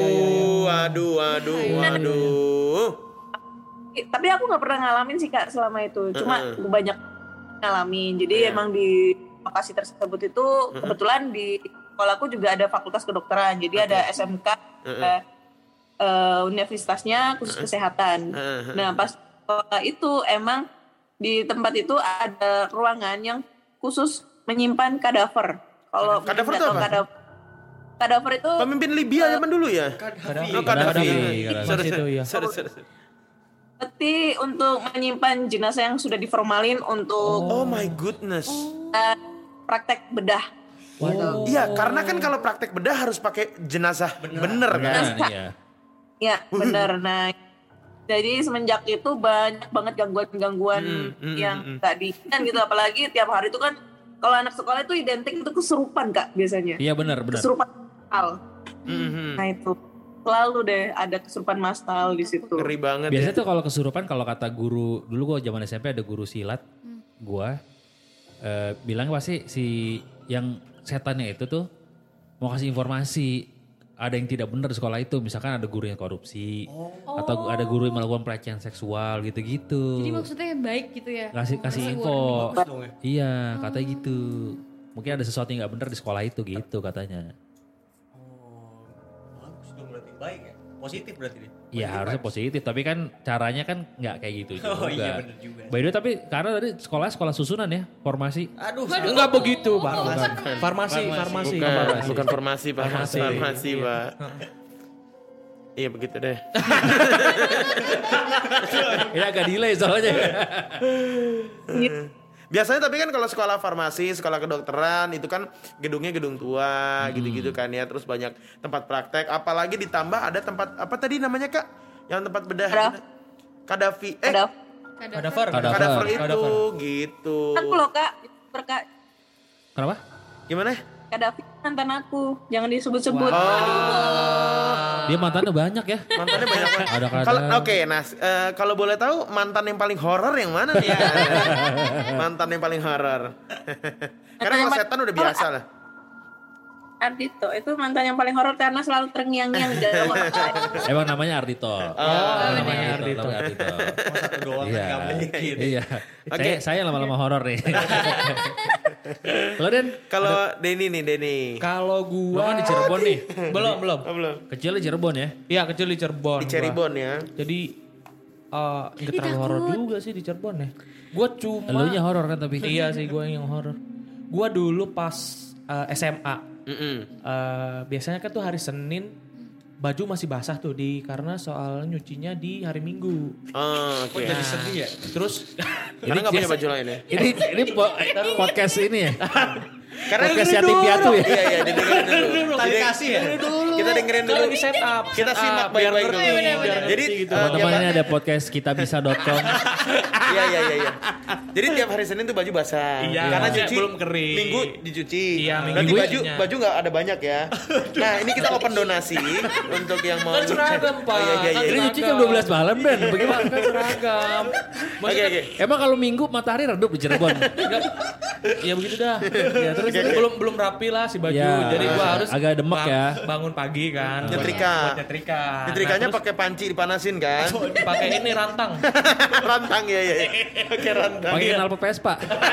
[SPEAKER 7] waduh, waduh, waduh.
[SPEAKER 4] Tapi aku nggak pernah ngalamin sih kak selama itu. Cuma
[SPEAKER 7] Heeh.
[SPEAKER 4] banyak ngalamin. Jadi
[SPEAKER 7] Iya.
[SPEAKER 4] emang di lokasi tersebut itu kebetulan di sekolahku juga ada fakultas kedokteran. Jadi ada S M K, eh, eh, universitasnya khusus kesehatan.
[SPEAKER 7] Heeh.
[SPEAKER 4] Nah pas sekolah itu emang di tempat itu ada ruangan yang khusus menyimpan kadaver. Kalau mungkin
[SPEAKER 7] Kadaver
[SPEAKER 4] nggak
[SPEAKER 7] itu
[SPEAKER 4] tahu
[SPEAKER 7] apa?
[SPEAKER 4] Kadaver, kadaver itu
[SPEAKER 7] Pemimpin Libya zaman dulu ya?
[SPEAKER 8] Kadhafi.
[SPEAKER 7] Oh, Kadhafi.
[SPEAKER 5] Kadhafi.
[SPEAKER 7] Sorry,
[SPEAKER 5] Itu, iya.
[SPEAKER 7] sorry, sorry, sorry.
[SPEAKER 4] peti untuk menyimpan jenazah yang sudah diformalin untuk
[SPEAKER 7] Oh my goodness.
[SPEAKER 4] eh, praktek bedah.
[SPEAKER 7] Iya, karena kan kalau praktek bedah harus pakai jenazah bener, kan?
[SPEAKER 5] Nah, iya.
[SPEAKER 4] Ya, benar. Nah, jadi semenjak itu banyak banget gangguan-gangguan
[SPEAKER 7] Hmm, hmm,
[SPEAKER 4] yang
[SPEAKER 7] hmm,
[SPEAKER 4] nggak diinginkan gitu. Apalagi tiap hari itu kan kalau anak sekolah itu identik itu kesurupan kak biasanya.
[SPEAKER 5] Iya benar, benar.
[SPEAKER 4] Kesurupan masal.
[SPEAKER 7] Mhm.
[SPEAKER 4] Nah itu selalu deh ada kesurupan masal di situ.
[SPEAKER 7] Ngeri banget
[SPEAKER 5] Biasanya
[SPEAKER 7] ya.
[SPEAKER 5] tuh kalau kesurupan kalau kata guru dulu gue zaman S M P ada guru silat gue eh, bilang pasti si yang setannya itu tuh mau kasih informasi ada yang tidak benar di sekolah itu, misalkan ada guru yang korupsi atau ada guru yang melakukan pelecehan seksual gitu-gitu.
[SPEAKER 6] Jadi maksudnya baik gitu ya?
[SPEAKER 5] kasih kasih
[SPEAKER 6] Ngasih
[SPEAKER 5] info.
[SPEAKER 6] warning.
[SPEAKER 8] Bagus dong ya.
[SPEAKER 5] Iya, katanya gitu. Mungkin ada sesuatu yang nggak benar di sekolah itu gitu katanya.
[SPEAKER 8] Oh, bagus dong berarti. Baik ya. Positif berarti dia.
[SPEAKER 5] Iya harusnya positif, tapi kan caranya kan nggak kayak gitu juga.
[SPEAKER 8] Oh iya, bener juga.
[SPEAKER 5] By the way, tapi karena tadi sekolah sekolah susunan ya, formasi.
[SPEAKER 8] Aduh,
[SPEAKER 6] Waduh.
[SPEAKER 8] enggak begitu, Pak.
[SPEAKER 6] Oh,
[SPEAKER 8] Bukan.
[SPEAKER 6] bukan.
[SPEAKER 8] Farmasi, farmasi.
[SPEAKER 7] Bukan, bukan formasi, Pak.
[SPEAKER 8] Farmasi.
[SPEAKER 7] Farmasi, Pak. Iya begitu deh.
[SPEAKER 5] Ini agak delay soalnya.
[SPEAKER 7] Biasanya tapi kan kalau sekolah farmasi, sekolah kedokteran itu kan gedungnya gedung tua gitu-gitu kan ya. Terus banyak tempat praktek. Apalagi ditambah ada tempat apa tadi namanya Kak? Yang tempat bedah.
[SPEAKER 4] Kadaf.
[SPEAKER 7] Kadafi. Eh,
[SPEAKER 4] Ada
[SPEAKER 8] Kadaver.
[SPEAKER 5] Kadaver.
[SPEAKER 7] kadaver itu
[SPEAKER 8] Kadaver.
[SPEAKER 7] gitu.
[SPEAKER 4] aku loh kak, berkak
[SPEAKER 5] Kenapa?
[SPEAKER 7] Gimana?
[SPEAKER 4] Kadafi mantan aku, jangan disebut-sebut.
[SPEAKER 5] Dia mantannya banyak ya.
[SPEAKER 7] Mantannya banyak banget.
[SPEAKER 5] Ada kadang.
[SPEAKER 7] Kalau oke, nah eh, kalau boleh tahu mantan yang paling horor yang mana nih? mantan yang paling horor. Karena kalau setan udah biasa lah.
[SPEAKER 4] Ardito itu mantan yang paling horor karena selalu terngiang-ngiang di dalam otak saya.
[SPEAKER 5] Emang namanya Ardito.
[SPEAKER 7] Oh,
[SPEAKER 5] namanya
[SPEAKER 8] Ardito.
[SPEAKER 5] Namanya Ardito.
[SPEAKER 8] Oh, satu doang
[SPEAKER 5] Iya.
[SPEAKER 8] kan gak mungkin.
[SPEAKER 5] Iya.
[SPEAKER 7] Oke.
[SPEAKER 5] Saya saya lama-lama horor nih. Lo Den,
[SPEAKER 7] Kalau Denny nih, Denny.
[SPEAKER 1] Kalau
[SPEAKER 5] lo
[SPEAKER 1] gua
[SPEAKER 5] kan di Cirebon nih.
[SPEAKER 1] belum belum.
[SPEAKER 7] Oh, belum.
[SPEAKER 5] Kecil di Cirebon ya.
[SPEAKER 1] Iya kecil di Cirebon.
[SPEAKER 7] Di
[SPEAKER 1] gua.
[SPEAKER 7] Cirebon ya.
[SPEAKER 1] Jadi eh nggak
[SPEAKER 6] Ih,
[SPEAKER 1] terlalu
[SPEAKER 6] takut.
[SPEAKER 1] horor juga sih di Cirebon ya. Gua cuma
[SPEAKER 5] Lo nya horor kan tapi.
[SPEAKER 1] Iya sih gua yang horor. Gua dulu pas eh, S M A.
[SPEAKER 7] Mm-mm.
[SPEAKER 1] eh, biasanya kan tuh hari Senin baju masih basah tuh di karena soal nyucinya di hari Minggu.
[SPEAKER 7] Oh,
[SPEAKER 8] Kok
[SPEAKER 7] oke.
[SPEAKER 8] jadi sedih ya?
[SPEAKER 1] Terus
[SPEAKER 7] Karena nggak punya baju lain ya.
[SPEAKER 5] Ini ini po- podcast ini ya.
[SPEAKER 7] Karena
[SPEAKER 5] Podcast
[SPEAKER 7] dengerin
[SPEAKER 5] yatim
[SPEAKER 7] dulu
[SPEAKER 5] piatu
[SPEAKER 7] dong.
[SPEAKER 5] ya?
[SPEAKER 7] Iya iya dengerin dulu.
[SPEAKER 8] Tadi
[SPEAKER 7] Jadi-
[SPEAKER 8] kasih ya?
[SPEAKER 7] Kita dengerin
[SPEAKER 1] kan
[SPEAKER 7] dulu.
[SPEAKER 1] lagi set up,
[SPEAKER 7] Kita
[SPEAKER 1] set
[SPEAKER 7] simak
[SPEAKER 1] up, biar
[SPEAKER 7] baik-baik
[SPEAKER 1] ngerti,
[SPEAKER 7] dulu.
[SPEAKER 1] biar
[SPEAKER 7] Jadi
[SPEAKER 1] ngerti gitu.
[SPEAKER 7] eh,
[SPEAKER 5] Teman-teman
[SPEAKER 7] tiap-
[SPEAKER 5] ini ada podcast kitabisa dot com.
[SPEAKER 7] Iya iya iya iya. Jadi tiap hari Senin tuh baju basah.
[SPEAKER 1] Iya.
[SPEAKER 7] Karena
[SPEAKER 1] Iya.
[SPEAKER 7] nyuci
[SPEAKER 1] Belum kering.
[SPEAKER 7] Minggu dicuci.
[SPEAKER 1] Iya, minggu
[SPEAKER 7] Berarti baju
[SPEAKER 1] dicucinya.
[SPEAKER 7] baju nggak ada banyak ya. Nah, ini kita open donasi untuk yang mau
[SPEAKER 1] Kan seragam, Pak.
[SPEAKER 7] Oh, iya iya
[SPEAKER 1] Kan
[SPEAKER 7] iya.
[SPEAKER 5] Ini nyuci jam dua belas malam Ben. Bagaimana?
[SPEAKER 1] kan seragam.
[SPEAKER 7] Oke oke.
[SPEAKER 5] Emang kalau Minggu matahari redup di Cirebon.
[SPEAKER 1] Ya begitu dah. Ya terus
[SPEAKER 7] Oke, oke.
[SPEAKER 1] belum belum rapi lah si baju.
[SPEAKER 5] Ya,
[SPEAKER 1] Jadi gua harus
[SPEAKER 5] agak demek
[SPEAKER 1] bang-
[SPEAKER 5] ya.
[SPEAKER 1] Bangun pagi kan. buat-
[SPEAKER 7] Nyetrika.
[SPEAKER 1] Buat nyetrika.
[SPEAKER 7] Nyetrikanya
[SPEAKER 1] Nah, terus
[SPEAKER 7] pakai panci dipanasin kan?
[SPEAKER 1] pakai ini rantang.
[SPEAKER 7] Rantang ya ya. ya. Oke rantang.
[SPEAKER 5] Pakai knalpot Vespa.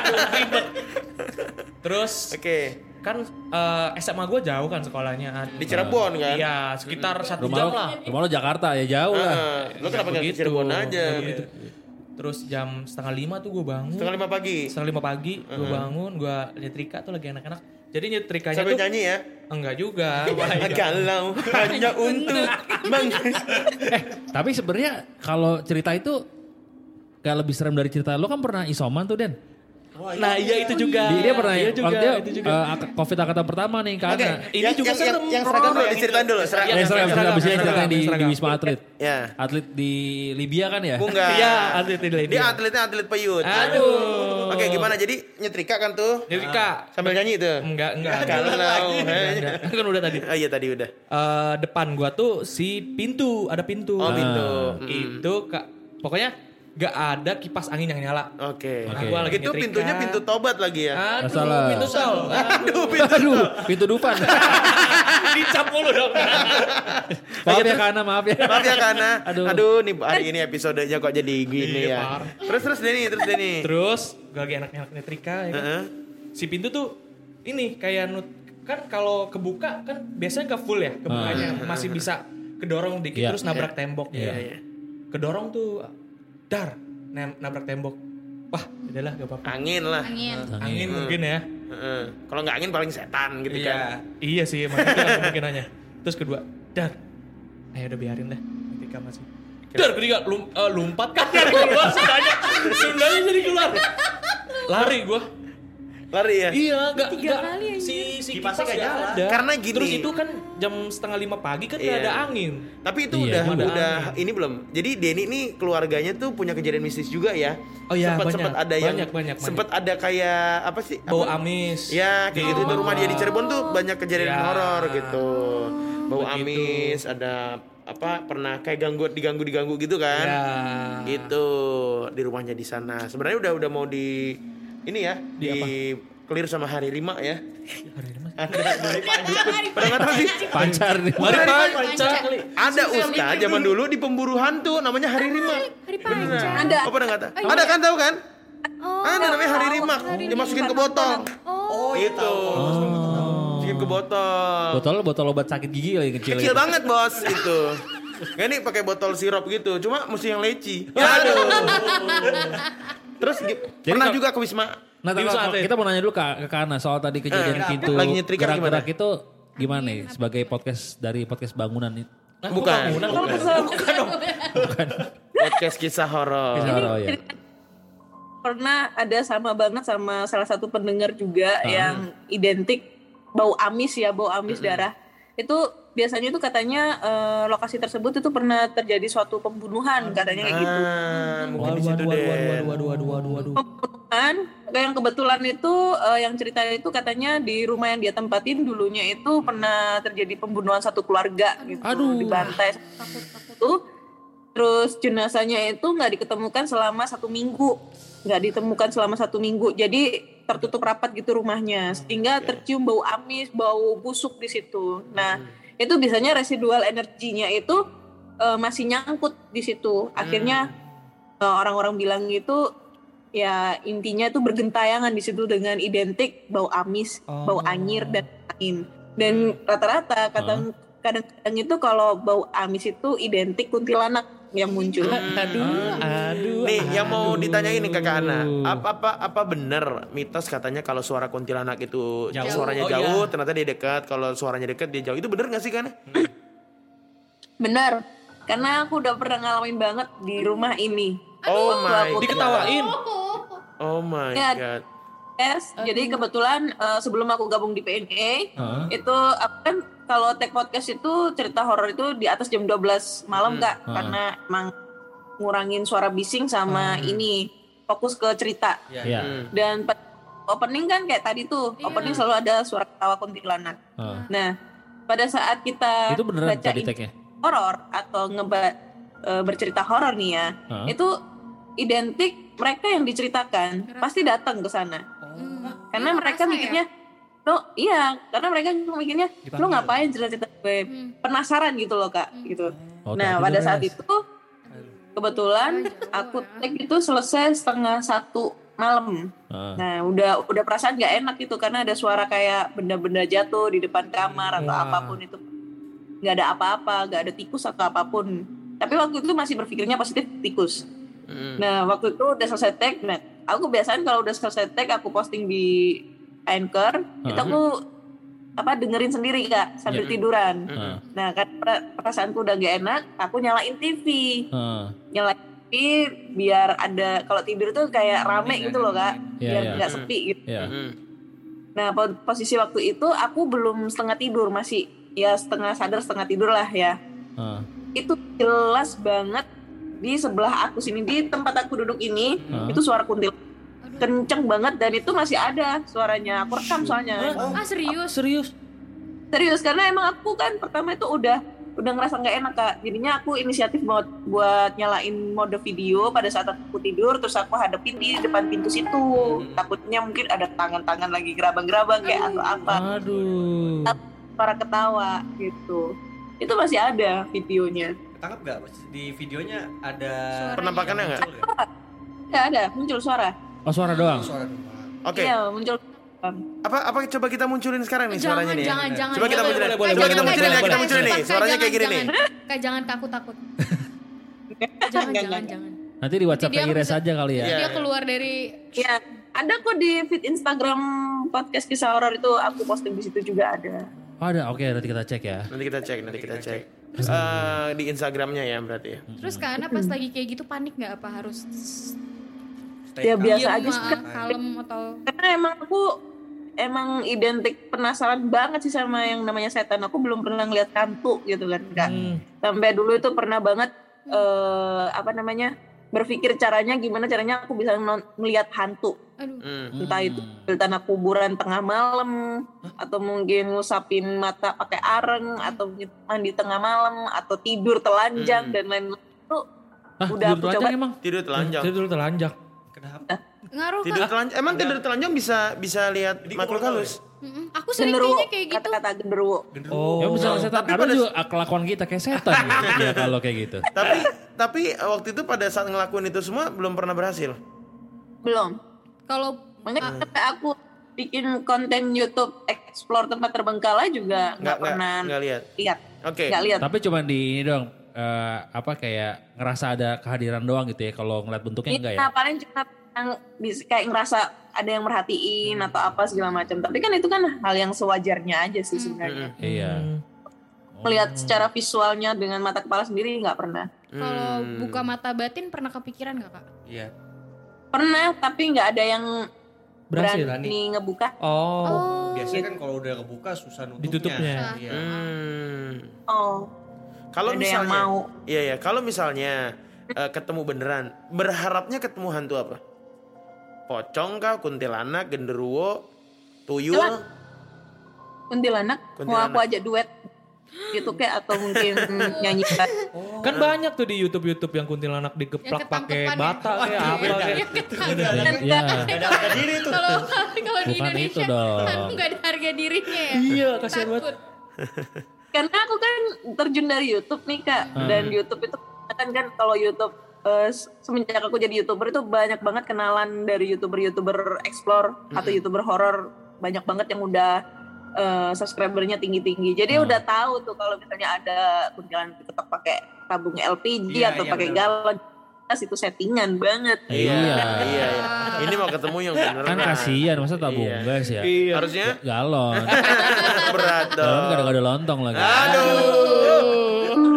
[SPEAKER 1] Terus
[SPEAKER 7] Oke.
[SPEAKER 1] kan eh, S M A gue jauh kan sekolahnya.
[SPEAKER 7] Di Cirebon kan?
[SPEAKER 1] Iya, sekitar satu
[SPEAKER 5] Rumah
[SPEAKER 1] jam
[SPEAKER 5] lo,
[SPEAKER 1] lah.
[SPEAKER 5] rumah lo Jakarta ya jauh lah.
[SPEAKER 7] Heeh. Lo kenapa nggak ke
[SPEAKER 1] Begitu.
[SPEAKER 7] Cirebon aja?
[SPEAKER 1] Ya, begitu. Terus jam setengah lima tuh gue bangun.
[SPEAKER 7] Setengah lima pagi.
[SPEAKER 1] Setengah lima pagi gue bangun, gue nyetrika tuh lagi enak-enak. Jadi nyetrikanya
[SPEAKER 7] Sambil
[SPEAKER 1] tuh
[SPEAKER 7] nyanyi ya.
[SPEAKER 1] enggak juga.
[SPEAKER 7] Kalau hanya untuk meng
[SPEAKER 5] Eh, tapi sebenarnya kalau cerita itu kayak lebih serem dari cerita lo kan pernah isoman tuh Den.
[SPEAKER 1] Nah iya itu juga.
[SPEAKER 5] Dia, dia pernah
[SPEAKER 1] iya juga,
[SPEAKER 5] waktu dia
[SPEAKER 1] itu juga.
[SPEAKER 5] eh, ak- Covid angkatan pertama nih
[SPEAKER 7] Oke,
[SPEAKER 5] karena
[SPEAKER 1] Ini
[SPEAKER 7] yang,
[SPEAKER 1] juga
[SPEAKER 7] yang,
[SPEAKER 1] serem.
[SPEAKER 7] yang, yang seragam dulu diceritain dulu. Seragam.
[SPEAKER 5] ya,
[SPEAKER 1] yang
[SPEAKER 5] seragam,
[SPEAKER 1] seragam,
[SPEAKER 5] abis ini
[SPEAKER 1] seragam,
[SPEAKER 5] ceritain di, di
[SPEAKER 1] seragam.
[SPEAKER 5] Wisma Atlet.
[SPEAKER 7] Ya.
[SPEAKER 5] Atlet di Libya kan ya?
[SPEAKER 7] Enggak.
[SPEAKER 1] Iya, atlet di Libya.
[SPEAKER 7] Dia atletnya atlet peyut.
[SPEAKER 1] Aduh.
[SPEAKER 7] Oke, gimana? Jadi nyetrika kan tuh?
[SPEAKER 1] Nyetrika.
[SPEAKER 7] Sambil nyanyi itu?
[SPEAKER 1] Enggak, enggak.
[SPEAKER 7] Kalau
[SPEAKER 1] Enggak, kan udah tadi.
[SPEAKER 7] Oh iya tadi udah.
[SPEAKER 1] Eh, depan gua tuh si pintu, ada pintu.
[SPEAKER 7] Oh pintu.
[SPEAKER 5] Ah.
[SPEAKER 7] Mm.
[SPEAKER 1] Itu kak, pokoknya gak ada kipas angin yang nyala.
[SPEAKER 7] Oke.
[SPEAKER 1] Nah,
[SPEAKER 5] Oke.
[SPEAKER 1] gua lagi
[SPEAKER 7] Itu
[SPEAKER 1] nyetrika.
[SPEAKER 7] pintunya pintu tobat lagi ya?
[SPEAKER 1] Aduh,
[SPEAKER 5] Masalah.
[SPEAKER 1] pintu sol.
[SPEAKER 7] Aduh, pintu.
[SPEAKER 5] Aduh, pintu Dufan.
[SPEAKER 1] Dicap mulu dong.
[SPEAKER 5] Maaf ya Kana, maaf ya.
[SPEAKER 7] Maaf ya Kana.
[SPEAKER 5] Aduh.
[SPEAKER 7] Aduh. nih hari ini episodenya kok jadi gini
[SPEAKER 1] Iya,
[SPEAKER 7] ya.
[SPEAKER 1] parah.
[SPEAKER 7] Terus terus Denny, terus Denny.
[SPEAKER 1] Terus gua lagi enak-enak nyetrika ya kan.
[SPEAKER 7] Heeh.
[SPEAKER 1] Si pintu tuh ini kayak nut kan kalau kebuka kan biasanya gak full ya kebukanya, masih bisa kedorong dikit
[SPEAKER 5] Iya.
[SPEAKER 1] terus nabrak tembok.
[SPEAKER 7] Iya, iya.
[SPEAKER 1] Kedorong tuh dar nem- nabrak tembok. Wah, udahlah gak apa-apa.
[SPEAKER 7] Angin lah.
[SPEAKER 6] Angin.
[SPEAKER 1] Angin mungkin ya.
[SPEAKER 7] Heeh. Kalau nggak angin paling setan gitu
[SPEAKER 1] Iya,
[SPEAKER 7] kan.
[SPEAKER 1] iya sih emang itu lah kemungkinannya. Terus kedua, dar. Eh udah biarin deh. Ketika masih. Dar ketiga lum, eh, lompat kan dari keluar Sundanya. Sundanya jadi keluar. Lari gua.
[SPEAKER 7] Lari ya.
[SPEAKER 1] Iya, enggak
[SPEAKER 6] Tiga
[SPEAKER 1] enggak
[SPEAKER 6] kali aja.
[SPEAKER 1] si si
[SPEAKER 8] Kipasnya
[SPEAKER 1] kipas
[SPEAKER 8] nggak
[SPEAKER 1] nggak
[SPEAKER 8] nyala.
[SPEAKER 1] ada.
[SPEAKER 7] Karena gini.
[SPEAKER 1] Terus itu kan jam setengah lima pagi kan nggak
[SPEAKER 7] Iya.
[SPEAKER 1] ada angin.
[SPEAKER 7] Tapi itu
[SPEAKER 5] Iya,
[SPEAKER 7] udah
[SPEAKER 1] ada
[SPEAKER 7] udah
[SPEAKER 1] angin.
[SPEAKER 7] ini belum. Jadi Denny nih keluarganya tuh punya kejadian mistis juga ya.
[SPEAKER 1] Oh iya,
[SPEAKER 7] Sempet
[SPEAKER 1] banyak.
[SPEAKER 7] sempet ada yang
[SPEAKER 1] Banyak, banyak,
[SPEAKER 7] sempet ada kayak apa sih?
[SPEAKER 1] Bau
[SPEAKER 7] Apa?
[SPEAKER 1] amis.
[SPEAKER 7] Ya kayak gitu tuh rumah dia di Cirebon tuh banyak kejadian
[SPEAKER 1] Ya.
[SPEAKER 7] horor gitu. Bau
[SPEAKER 1] Begitu.
[SPEAKER 7] amis, ada apa pernah kayak ganggu diganggu diganggu gitu kan?
[SPEAKER 1] Ya.
[SPEAKER 7] Itu di rumahnya di sana. Sebenarnya udah udah mau di ini ya di, clear sama Hari Rima ya.
[SPEAKER 1] Hari ini, Mas.
[SPEAKER 7] Ada dari Pak Dukun. Pernah nggak tahu sih?
[SPEAKER 5] Pancar nih.
[SPEAKER 1] Mari
[SPEAKER 7] Hari
[SPEAKER 1] Pak,
[SPEAKER 6] Panca.
[SPEAKER 1] kali.
[SPEAKER 7] Ada Ustaz zaman dulu di pemburu hantu namanya Hari Rima.
[SPEAKER 6] Hari panca.
[SPEAKER 4] Ada.
[SPEAKER 7] Oh pernah nggak tahu?
[SPEAKER 6] Oh,
[SPEAKER 7] Ada
[SPEAKER 6] iya.
[SPEAKER 7] kan tahu kan?
[SPEAKER 6] Oh,
[SPEAKER 7] Ada namanya Hari Rima.
[SPEAKER 6] Hari
[SPEAKER 7] Dimasukin
[SPEAKER 6] Rima.
[SPEAKER 7] ke botol.
[SPEAKER 6] Oh,
[SPEAKER 7] Itu. Masukin ke botol.
[SPEAKER 5] Botol botol obat sakit gigi lagi kecil.
[SPEAKER 7] Kecil
[SPEAKER 5] gitu.
[SPEAKER 7] banget bos itu. Nggak nih pakai botol sirup gitu. Cuma mesti yang leci. Aduh. Terus gi- pernah
[SPEAKER 5] kalau-
[SPEAKER 7] juga ke Wisma.
[SPEAKER 5] Nah,
[SPEAKER 1] Di
[SPEAKER 5] tapi
[SPEAKER 1] Wisma
[SPEAKER 5] kalau
[SPEAKER 1] Atlet.
[SPEAKER 5] kita mau nanya dulu ke, ke Kana soal tadi kejadian
[SPEAKER 7] Eh,
[SPEAKER 5] pintu
[SPEAKER 7] lagi nyetrika
[SPEAKER 5] gerak-gerak
[SPEAKER 7] gimana?
[SPEAKER 5] itu gimana nih sebagai podcast dari podcast bangunan itu?
[SPEAKER 1] Nah,
[SPEAKER 7] Bukan.
[SPEAKER 1] bangunan,
[SPEAKER 7] Bukan.
[SPEAKER 1] bukan dong.
[SPEAKER 7] Podcast kisah horor.
[SPEAKER 5] Kisah horor, ya.
[SPEAKER 4] Pernah ada sama banget sama salah satu pendengar juga yang identik bau amis ya, bau amis darah. Itu biasanya itu katanya eh, lokasi tersebut itu pernah terjadi suatu pembunuhan katanya kayak gitu.
[SPEAKER 7] Ah, mungkin
[SPEAKER 1] Waduh,
[SPEAKER 7] di situ
[SPEAKER 1] waduh,
[SPEAKER 7] deh.
[SPEAKER 1] waduh, waduh, waduh, waduh, waduh, waduh.
[SPEAKER 4] Pembunuhan yang kebetulan itu eh, yang ceritanya itu katanya di rumah yang dia tempatin dulunya itu pernah terjadi pembunuhan satu keluarga gitu,
[SPEAKER 5] Aduh.
[SPEAKER 4] dibantai itu. Terus jenazahnya itu nggak diketemukan selama satu minggu, nggak ditemukan selama satu minggu. Jadi tertutup rapat gitu rumahnya, sehingga tercium bau amis, bau busuk di situ. Nah, itu biasanya residual energinya itu uh, masih nyangkut di situ. Akhirnya uh, orang-orang bilang itu ya intinya itu bergentayangan di situ dengan identik bau amis, oh. bau anyir dan lain. Dan rata-rata kadang kadang-kadang itu kalau bau amis itu identik kuntilanak yang muncul.
[SPEAKER 1] Aduh, aduh.
[SPEAKER 7] Nih,
[SPEAKER 1] aduh.
[SPEAKER 7] yang mau ditanyain nih Kakak Ana, apa apa apa bener mitos katanya kalau suara kuntilanak itu
[SPEAKER 1] Jauh.
[SPEAKER 7] suaranya
[SPEAKER 1] Oh,
[SPEAKER 7] jauh,
[SPEAKER 1] iya.
[SPEAKER 7] ternyata dia dekat, kalau suaranya dekat dia jauh. Itu bener nggak sih kan?
[SPEAKER 4] Benar, karena aku udah pernah ngalamin banget di rumah ini.
[SPEAKER 7] Oh
[SPEAKER 4] Waktu
[SPEAKER 7] my
[SPEAKER 4] aku
[SPEAKER 7] god.
[SPEAKER 1] Diketawain.
[SPEAKER 7] Oh my
[SPEAKER 4] Ya,
[SPEAKER 7] god.
[SPEAKER 4] Yes, jadi kebetulan uh, sebelum aku gabung di P N A,
[SPEAKER 5] Hah?
[SPEAKER 4] itu aku kan kalau take podcast itu cerita horor itu di atas jam dua belas malam Kak,
[SPEAKER 5] Hah.
[SPEAKER 4] karena emang ngurangin suara bising sama ini fokus ke cerita.
[SPEAKER 5] Iya.
[SPEAKER 7] Hmm.
[SPEAKER 4] Dan pas opening kan kayak tadi tuh, opening selalu ada suara ketawa kuntilanak.
[SPEAKER 5] Hah.
[SPEAKER 4] Nah, pada saat kita
[SPEAKER 5] Itu beneran
[SPEAKER 4] baca
[SPEAKER 5] tadi
[SPEAKER 4] in-
[SPEAKER 5] tag-nya?
[SPEAKER 4] horor atau ngeba e, bercerita horor nih ya,
[SPEAKER 5] Hah?
[SPEAKER 4] itu identik mereka yang diceritakan pasti datang ke sana. Karena
[SPEAKER 6] Dia
[SPEAKER 4] mereka
[SPEAKER 6] ngerasa
[SPEAKER 4] mikirnya, lo iya, karena mereka mikirnya lo ngapain cerita-cerita gue, penasaran gitu loh Kak, gitu.
[SPEAKER 5] Oh,
[SPEAKER 4] Nah
[SPEAKER 5] tadi
[SPEAKER 4] pada
[SPEAKER 5] beres.
[SPEAKER 4] saat itu kebetulan aku take itu selesai setengah satu malam.
[SPEAKER 5] Hah.
[SPEAKER 4] Nah udah udah perasaan gak enak gitu karena ada suara kayak benda-benda jatuh di depan kamar atau apapun itu, nggak ada apa-apa, nggak ada tikus atau apapun. Tapi waktu itu masih berpikirnya positif tikus. Nah waktu itu udah selesai tag, nah aku biasanya kalau udah selesai tag aku posting di Anchor, itu aku apa dengerin sendiri Kak sambil tiduran.
[SPEAKER 5] Hah.
[SPEAKER 4] Nah kan per- perasaanku udah gak enak, aku nyalain T V,
[SPEAKER 5] Hah.
[SPEAKER 4] nyalain T V biar ada, kalau tidur tuh kayak rame gitu loh Kak,
[SPEAKER 5] Iya,
[SPEAKER 4] biar
[SPEAKER 5] iya.
[SPEAKER 4] nggak sepi gitu.
[SPEAKER 5] Iya.
[SPEAKER 4] Nah po- posisi waktu itu aku belum setengah tidur, masih ya setengah sadar setengah tidur lah ya.
[SPEAKER 5] Hah.
[SPEAKER 4] Itu jelas banget di sebelah aku sini, di tempat aku duduk ini,
[SPEAKER 5] Hah?
[SPEAKER 4] itu suara kuntil kenceng banget dan itu masih ada suaranya. Aku rekam soalnya.
[SPEAKER 6] Ah serius?
[SPEAKER 5] Serius?
[SPEAKER 4] Serius karena emang aku kan pertama itu udah udah ngerasa nggak enak Kak. Jadinya aku inisiatif buat buat nyalain mode video pada saat aku tidur, terus aku hadapin di depan pintu situ. Takutnya mungkin ada tangan-tangan lagi gerabang-gerabang kayak atau apa.
[SPEAKER 5] Aduh.
[SPEAKER 4] Suara ketawa gitu. Itu masih ada videonya.
[SPEAKER 8] Ketangkap nggak di videonya ada
[SPEAKER 7] Penampakannya nggak?
[SPEAKER 8] muncul ya?
[SPEAKER 4] Ya ada, muncul suara.
[SPEAKER 5] Oh, suara doang?
[SPEAKER 8] Suara doang.
[SPEAKER 7] Oke.
[SPEAKER 4] Iya, muncul.
[SPEAKER 7] Apa apa coba kita munculin sekarang nih
[SPEAKER 6] Jangan,
[SPEAKER 7] suaranya nih. ya?
[SPEAKER 6] jangan, jangan,
[SPEAKER 7] Coba kita
[SPEAKER 6] jangan.
[SPEAKER 7] munculin.
[SPEAKER 1] Boleh, boleh,
[SPEAKER 7] Coba
[SPEAKER 1] boleh,
[SPEAKER 7] kita
[SPEAKER 1] boleh,
[SPEAKER 7] munculin ya,
[SPEAKER 1] boleh,
[SPEAKER 7] kita
[SPEAKER 1] boleh.
[SPEAKER 7] munculin nih.
[SPEAKER 6] Kak,
[SPEAKER 7] Suaranya
[SPEAKER 6] jangan,
[SPEAKER 7] kayak gini nih.
[SPEAKER 6] jangan. Kak jangan takut takut. Jangan jangan jangan.
[SPEAKER 5] Nanti di WhatsApp
[SPEAKER 6] Nanti dia
[SPEAKER 5] Ires
[SPEAKER 6] bisa-
[SPEAKER 5] aja kali ya.
[SPEAKER 7] Iya.
[SPEAKER 6] Dia keluar dari
[SPEAKER 4] Ya, ada kok di feed Instagram podcast kisah horor itu aku posting di situ juga ada.
[SPEAKER 5] Oh, ada, oke nanti kita cek ya.
[SPEAKER 7] Nanti kita cek, nanti kita cek. Eh, di Instagramnya ya berarti ya.
[SPEAKER 6] Terus Kak Ana pas lagi kayak gitu panik nggak apa harus
[SPEAKER 8] Stay
[SPEAKER 4] Ya
[SPEAKER 8] calm.
[SPEAKER 4] biasa
[SPEAKER 6] diem,
[SPEAKER 4] aja sih.
[SPEAKER 6] ah, kalem atau
[SPEAKER 4] Karena emang aku emang identik penasaran banget sih sama yang namanya setan. Aku belum pernah ngeliat hantu gitu kan Kak. Sampai dulu itu pernah banget eh apa namanya berpikir caranya gimana caranya aku bisa non- ngeliat hantu.
[SPEAKER 6] aduh.
[SPEAKER 7] Hmm.
[SPEAKER 4] Entah itu di tanah kuburan tengah malam, atau mungkin ngusapin mata pakai areng, atau mungkin mandi tengah malam, atau tidur telanjang dan lain-lain itu
[SPEAKER 5] Ah,
[SPEAKER 4] udah
[SPEAKER 5] tidur
[SPEAKER 4] aku
[SPEAKER 5] telanjang
[SPEAKER 4] coba.
[SPEAKER 5] emang?
[SPEAKER 7] Tidur telanjang.
[SPEAKER 1] Tidur telanjang.
[SPEAKER 8] Kenapa?
[SPEAKER 6] Ngaruh
[SPEAKER 7] Tidur
[SPEAKER 6] Kak.
[SPEAKER 7] telanjang. Emang tidur telanjang bisa bisa lihat makhluk halus?
[SPEAKER 6] Mm-mm. Aku sering
[SPEAKER 4] Genderuwo,
[SPEAKER 6] kayaknya kayak gitu.
[SPEAKER 4] kata-kata genderuwo.
[SPEAKER 1] Oh.
[SPEAKER 5] Ya misalnya setan,
[SPEAKER 7] Tapi
[SPEAKER 5] ada
[SPEAKER 7] pada-
[SPEAKER 5] juga kelakuan kita kayak setan gitu ya kalau kayak gitu.
[SPEAKER 7] Tapi tapi eh, waktu itu pada saat ngelakuin itu semua belum pernah berhasil.
[SPEAKER 4] Belum.
[SPEAKER 6] Kalau
[SPEAKER 4] Makanya sampai aku bikin konten YouTube explore tempat terbengkalai juga
[SPEAKER 7] Nggak
[SPEAKER 4] nggak pernah
[SPEAKER 7] nggak lihat.
[SPEAKER 4] lihat.
[SPEAKER 7] Oke.
[SPEAKER 4] Nggak lihat.
[SPEAKER 5] Tapi cuma di ini dong, eh, apa kayak ngerasa ada kehadiran doang gitu ya. Kalau ngeliat bentuknya enggak ya?
[SPEAKER 4] Iya, paling cuma yang bis- kayak ngerasa ada yang merhatiin atau apa segala macam. Tapi kan itu kan hal yang sewajarnya aja sih sebenarnya.
[SPEAKER 5] Iya.
[SPEAKER 4] Melihat secara visualnya dengan mata kepala sendiri nggak pernah.
[SPEAKER 6] kalau buka mata batin pernah kepikiran nggak Kak?
[SPEAKER 8] Iya.
[SPEAKER 4] Pernah, tapi nggak ada yang
[SPEAKER 1] Berhasil,
[SPEAKER 4] berani ngebuka.
[SPEAKER 1] Oh.
[SPEAKER 8] Biasanya kan kalau udah kebuka susah nutupnya.
[SPEAKER 1] Ditutupnya.
[SPEAKER 8] Iya.
[SPEAKER 7] Hmm.
[SPEAKER 4] Oh,
[SPEAKER 7] Kalau
[SPEAKER 4] ada yang
[SPEAKER 7] misalnya,
[SPEAKER 4] mau.
[SPEAKER 7] iya ya, kalau misalnya eh, ketemu beneran, berharapnya ketemu hantu apa? Pocong kah, kuntilanak, genderuwo, tuyul?
[SPEAKER 4] Kuntilanak, mau
[SPEAKER 7] Kuntilanak.
[SPEAKER 4] aku ajak duet. gitu kayak atau mungkin nyanyi.
[SPEAKER 1] Kan banyak tuh di YouTube-YouTube yang kuntilanak digeplak
[SPEAKER 6] Yang
[SPEAKER 1] pakai
[SPEAKER 6] ketangkepan
[SPEAKER 1] bata
[SPEAKER 8] ya.
[SPEAKER 1] kayak apa
[SPEAKER 8] Iya,
[SPEAKER 1] kayak.
[SPEAKER 6] Ya ketangkepan.
[SPEAKER 5] Iya.
[SPEAKER 8] Gak ada harga diri tuh.
[SPEAKER 6] Kalau kalau di
[SPEAKER 5] Bukan
[SPEAKER 6] Indonesia
[SPEAKER 5] itu dong.
[SPEAKER 6] kan nggak ada harga dirinya ya.
[SPEAKER 1] Iya, kasihan banget.
[SPEAKER 6] Takut.
[SPEAKER 4] Karena aku kan terjun dari YouTube nih Kak, dan YouTube itu kan kan kalau YouTube eh, semenjak aku jadi YouTuber itu banyak banget kenalan dari YouTuber-YouTuber explore atau YouTuber horor, banyak banget yang udah eh, subscribernya tinggi-tinggi. Jadi udah tahu tuh kalau misalnya ada kuntilanak diketok pakai tabung L P G
[SPEAKER 8] Iya,
[SPEAKER 4] atau
[SPEAKER 8] iya,
[SPEAKER 4] pakai
[SPEAKER 8] benar.
[SPEAKER 4] galon, itu settingan banget.
[SPEAKER 7] Iya,
[SPEAKER 5] Iya.
[SPEAKER 7] iya, iya. Ini mau ketemu yang bener.
[SPEAKER 5] Kan kasihan masa tabung
[SPEAKER 7] Iya.
[SPEAKER 5] gas ya.
[SPEAKER 1] Iya.
[SPEAKER 7] Harusnya
[SPEAKER 5] Galon.
[SPEAKER 7] berat
[SPEAKER 5] Galon
[SPEAKER 7] dong.
[SPEAKER 5] gak ada, gak ada lontong lagi.
[SPEAKER 7] Aduh.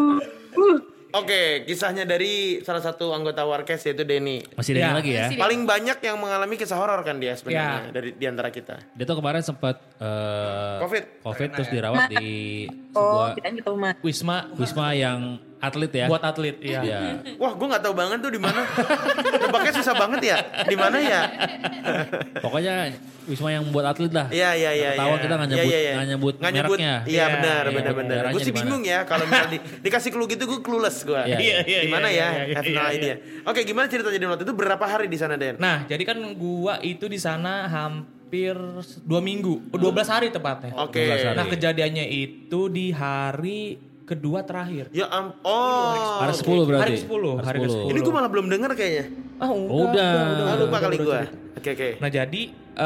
[SPEAKER 7] Oke, kisahnya dari salah satu anggota Warkes yaitu Denny.
[SPEAKER 5] Masih ada
[SPEAKER 1] Ya.
[SPEAKER 5] lagi ya.
[SPEAKER 6] Masih.
[SPEAKER 7] Paling banyak yang mengalami kisah horor kan dia sebenarnya
[SPEAKER 1] Ya.
[SPEAKER 7] dari di antara kita.
[SPEAKER 5] Dia tuh kemarin sempat eh,
[SPEAKER 7] Covid.
[SPEAKER 5] Covid terus dirawat di
[SPEAKER 4] Oh,
[SPEAKER 5] sebuah
[SPEAKER 4] kita gitu mah.
[SPEAKER 1] Wisma
[SPEAKER 5] wisma yang atlet ya.
[SPEAKER 1] buat atlet, iya.
[SPEAKER 5] Iya.
[SPEAKER 7] Wah, gue nggak tahu banget tuh di mana. Nebaknya susah banget ya. Di mana ya?
[SPEAKER 5] Pokoknya wisma yang buat atlet lah.
[SPEAKER 7] Iya, iya, iya.
[SPEAKER 5] Ketahuan
[SPEAKER 7] iya.
[SPEAKER 5] kita nggak
[SPEAKER 7] Iya,
[SPEAKER 5] nyebut-
[SPEAKER 7] iya, iya.
[SPEAKER 5] nggak nyebut
[SPEAKER 7] Nggak nyebut.
[SPEAKER 5] mereknya.
[SPEAKER 7] Iya,
[SPEAKER 1] Iya,
[SPEAKER 7] benar,
[SPEAKER 1] iya,
[SPEAKER 7] benar,
[SPEAKER 5] iya.
[SPEAKER 7] benar.
[SPEAKER 5] Daerahnya
[SPEAKER 7] Gue sih
[SPEAKER 5] di mana?
[SPEAKER 7] bingung ya kalau misalnya di, dikasih clue gitu gue clueless gue.
[SPEAKER 5] Iya,
[SPEAKER 1] iya, iya,
[SPEAKER 7] Di mana
[SPEAKER 1] iya,
[SPEAKER 7] ya?
[SPEAKER 1] iya,
[SPEAKER 7] Have
[SPEAKER 1] iya,
[SPEAKER 7] no
[SPEAKER 1] iya.
[SPEAKER 7] idea. Oke, gimana cerita jadi waktu itu berapa hari di sana, Den?
[SPEAKER 1] Nah, jadi kan gua itu di sana hampir dua minggu, oh, dua belas hari tepatnya.
[SPEAKER 7] Oke.
[SPEAKER 5] dua belas hari.
[SPEAKER 1] Nah, kejadiannya itu di hari kedua terakhir.
[SPEAKER 7] Ya am oh.
[SPEAKER 5] Hari sepuluh berarti.
[SPEAKER 1] Hari sepuluh, hari ke sepuluh.
[SPEAKER 7] Ini gue malah belum denger kayaknya.
[SPEAKER 1] Ah,
[SPEAKER 5] Udah.
[SPEAKER 7] Ah, lupa kali
[SPEAKER 1] udah
[SPEAKER 7] gue.
[SPEAKER 1] cerita.
[SPEAKER 7] Oke, oke.
[SPEAKER 1] Nah, jadi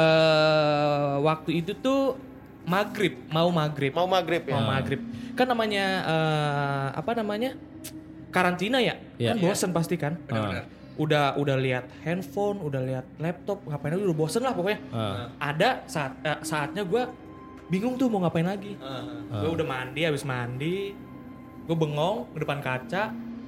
[SPEAKER 1] eh waktu itu tuh maghrib, mau maghrib.
[SPEAKER 7] Mau maghrib ya?
[SPEAKER 1] Mau maghrib. Kan namanya eh, apa namanya? Karantina ya?
[SPEAKER 5] Iya.
[SPEAKER 1] Kan bosen pasti kan?
[SPEAKER 5] Ah.
[SPEAKER 1] Udah udah lihat handphone, udah lihat laptop, ngapain lagi udah bosen lah pokoknya.
[SPEAKER 5] Ah.
[SPEAKER 1] Ada saat eh, saatnya gue bingung tuh mau ngapain lagi. Gue udah mandi, habis mandi, gue bengong di depan kaca.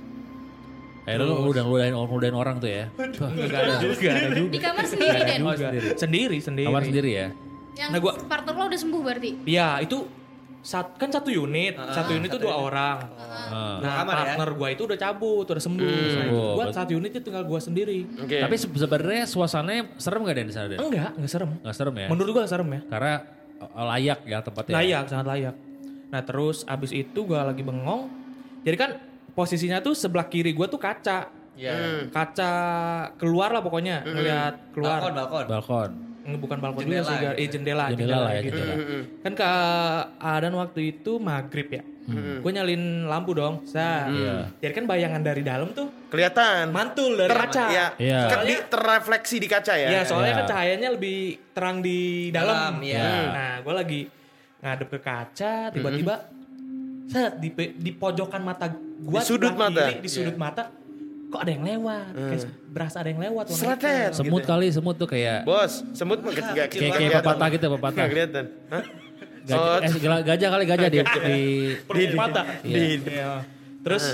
[SPEAKER 5] Eh lu udah ngeludahin, ngeludahin orang tuh ya.
[SPEAKER 1] Enggak ada juga, ada juga.
[SPEAKER 6] Di kamar sendiri Den.
[SPEAKER 5] Oh,
[SPEAKER 1] Juga.
[SPEAKER 5] sendiri.
[SPEAKER 1] Sendiri, sendiri.
[SPEAKER 5] Kamar sendiri ya.
[SPEAKER 6] Yang
[SPEAKER 1] Nah, gua-
[SPEAKER 6] partner lo udah sembuh berarti.
[SPEAKER 1] Iya, itu sat, kan satu unit, satu unit itu dua orang.
[SPEAKER 5] Ah.
[SPEAKER 1] Nah,
[SPEAKER 8] kamar ya?
[SPEAKER 1] partner gua itu udah cabut, udah sembuh. Nah,
[SPEAKER 5] Oh,
[SPEAKER 1] gua
[SPEAKER 5] berarti-
[SPEAKER 1] satu unit itu tinggal gua sendiri.
[SPEAKER 7] Oke.
[SPEAKER 5] Tapi se- sebenarnya suasananya serem gak Den di sana Den?
[SPEAKER 1] Enggak, enggak serem.
[SPEAKER 5] Nggak serem ya?
[SPEAKER 1] Menurut gua nggak serem ya.
[SPEAKER 5] Karena eh, layak ya tempatnya.
[SPEAKER 1] Layak, sangat layak. Nah, terus abis itu gua lagi bengong. Jadi kan posisinya tuh sebelah kiri gua tuh kaca.
[SPEAKER 8] Iya.
[SPEAKER 1] Kaca keluar lah pokoknya, ngeliat keluar.
[SPEAKER 8] Balkon, balkon.
[SPEAKER 5] Balkon.
[SPEAKER 1] Nggak, bukan balkon
[SPEAKER 8] Jendela
[SPEAKER 1] juga sih,
[SPEAKER 8] gitu.
[SPEAKER 1] eh jendela,
[SPEAKER 5] Jendela lah ya,
[SPEAKER 1] gitu.
[SPEAKER 5] jendela.
[SPEAKER 1] Kan keadaan waktu itu maghrib ya. Gue nyalin lampu dong, sa.
[SPEAKER 5] Iya.
[SPEAKER 1] Jadi kan bayangan dari dalam tuh
[SPEAKER 7] Kelihatan.
[SPEAKER 1] mantul dari kaca.
[SPEAKER 7] Ya.
[SPEAKER 5] Iya.
[SPEAKER 7] Kan di, terrefleksi di kaca ya.
[SPEAKER 1] Ya, soalnya
[SPEAKER 5] Iya.
[SPEAKER 1] kan cahayanya lebih terang di dalam.
[SPEAKER 8] Dalam, iya.
[SPEAKER 1] Nah, gue lagi ngadep ke kaca, tiba-tiba set di, pe- di pojokan mata gue,
[SPEAKER 7] Di sudut mata.
[SPEAKER 1] di sudut mata, kok ada yang lewat, kayak berasa ada yang lewat. warna
[SPEAKER 7] Seletet.
[SPEAKER 1] hitam.
[SPEAKER 5] Semut
[SPEAKER 7] gitu.
[SPEAKER 5] kali, semut tuh kayak
[SPEAKER 7] Bos, semut mah nggak nggak
[SPEAKER 5] kayak, kayak pepatah gitu, pepatah.
[SPEAKER 7] Nggak kelihatan. Hah?
[SPEAKER 5] Gajah, eh, gela- gajah kali gajah di, di
[SPEAKER 1] Perut mata.
[SPEAKER 5] Iya.
[SPEAKER 1] Iya. Terus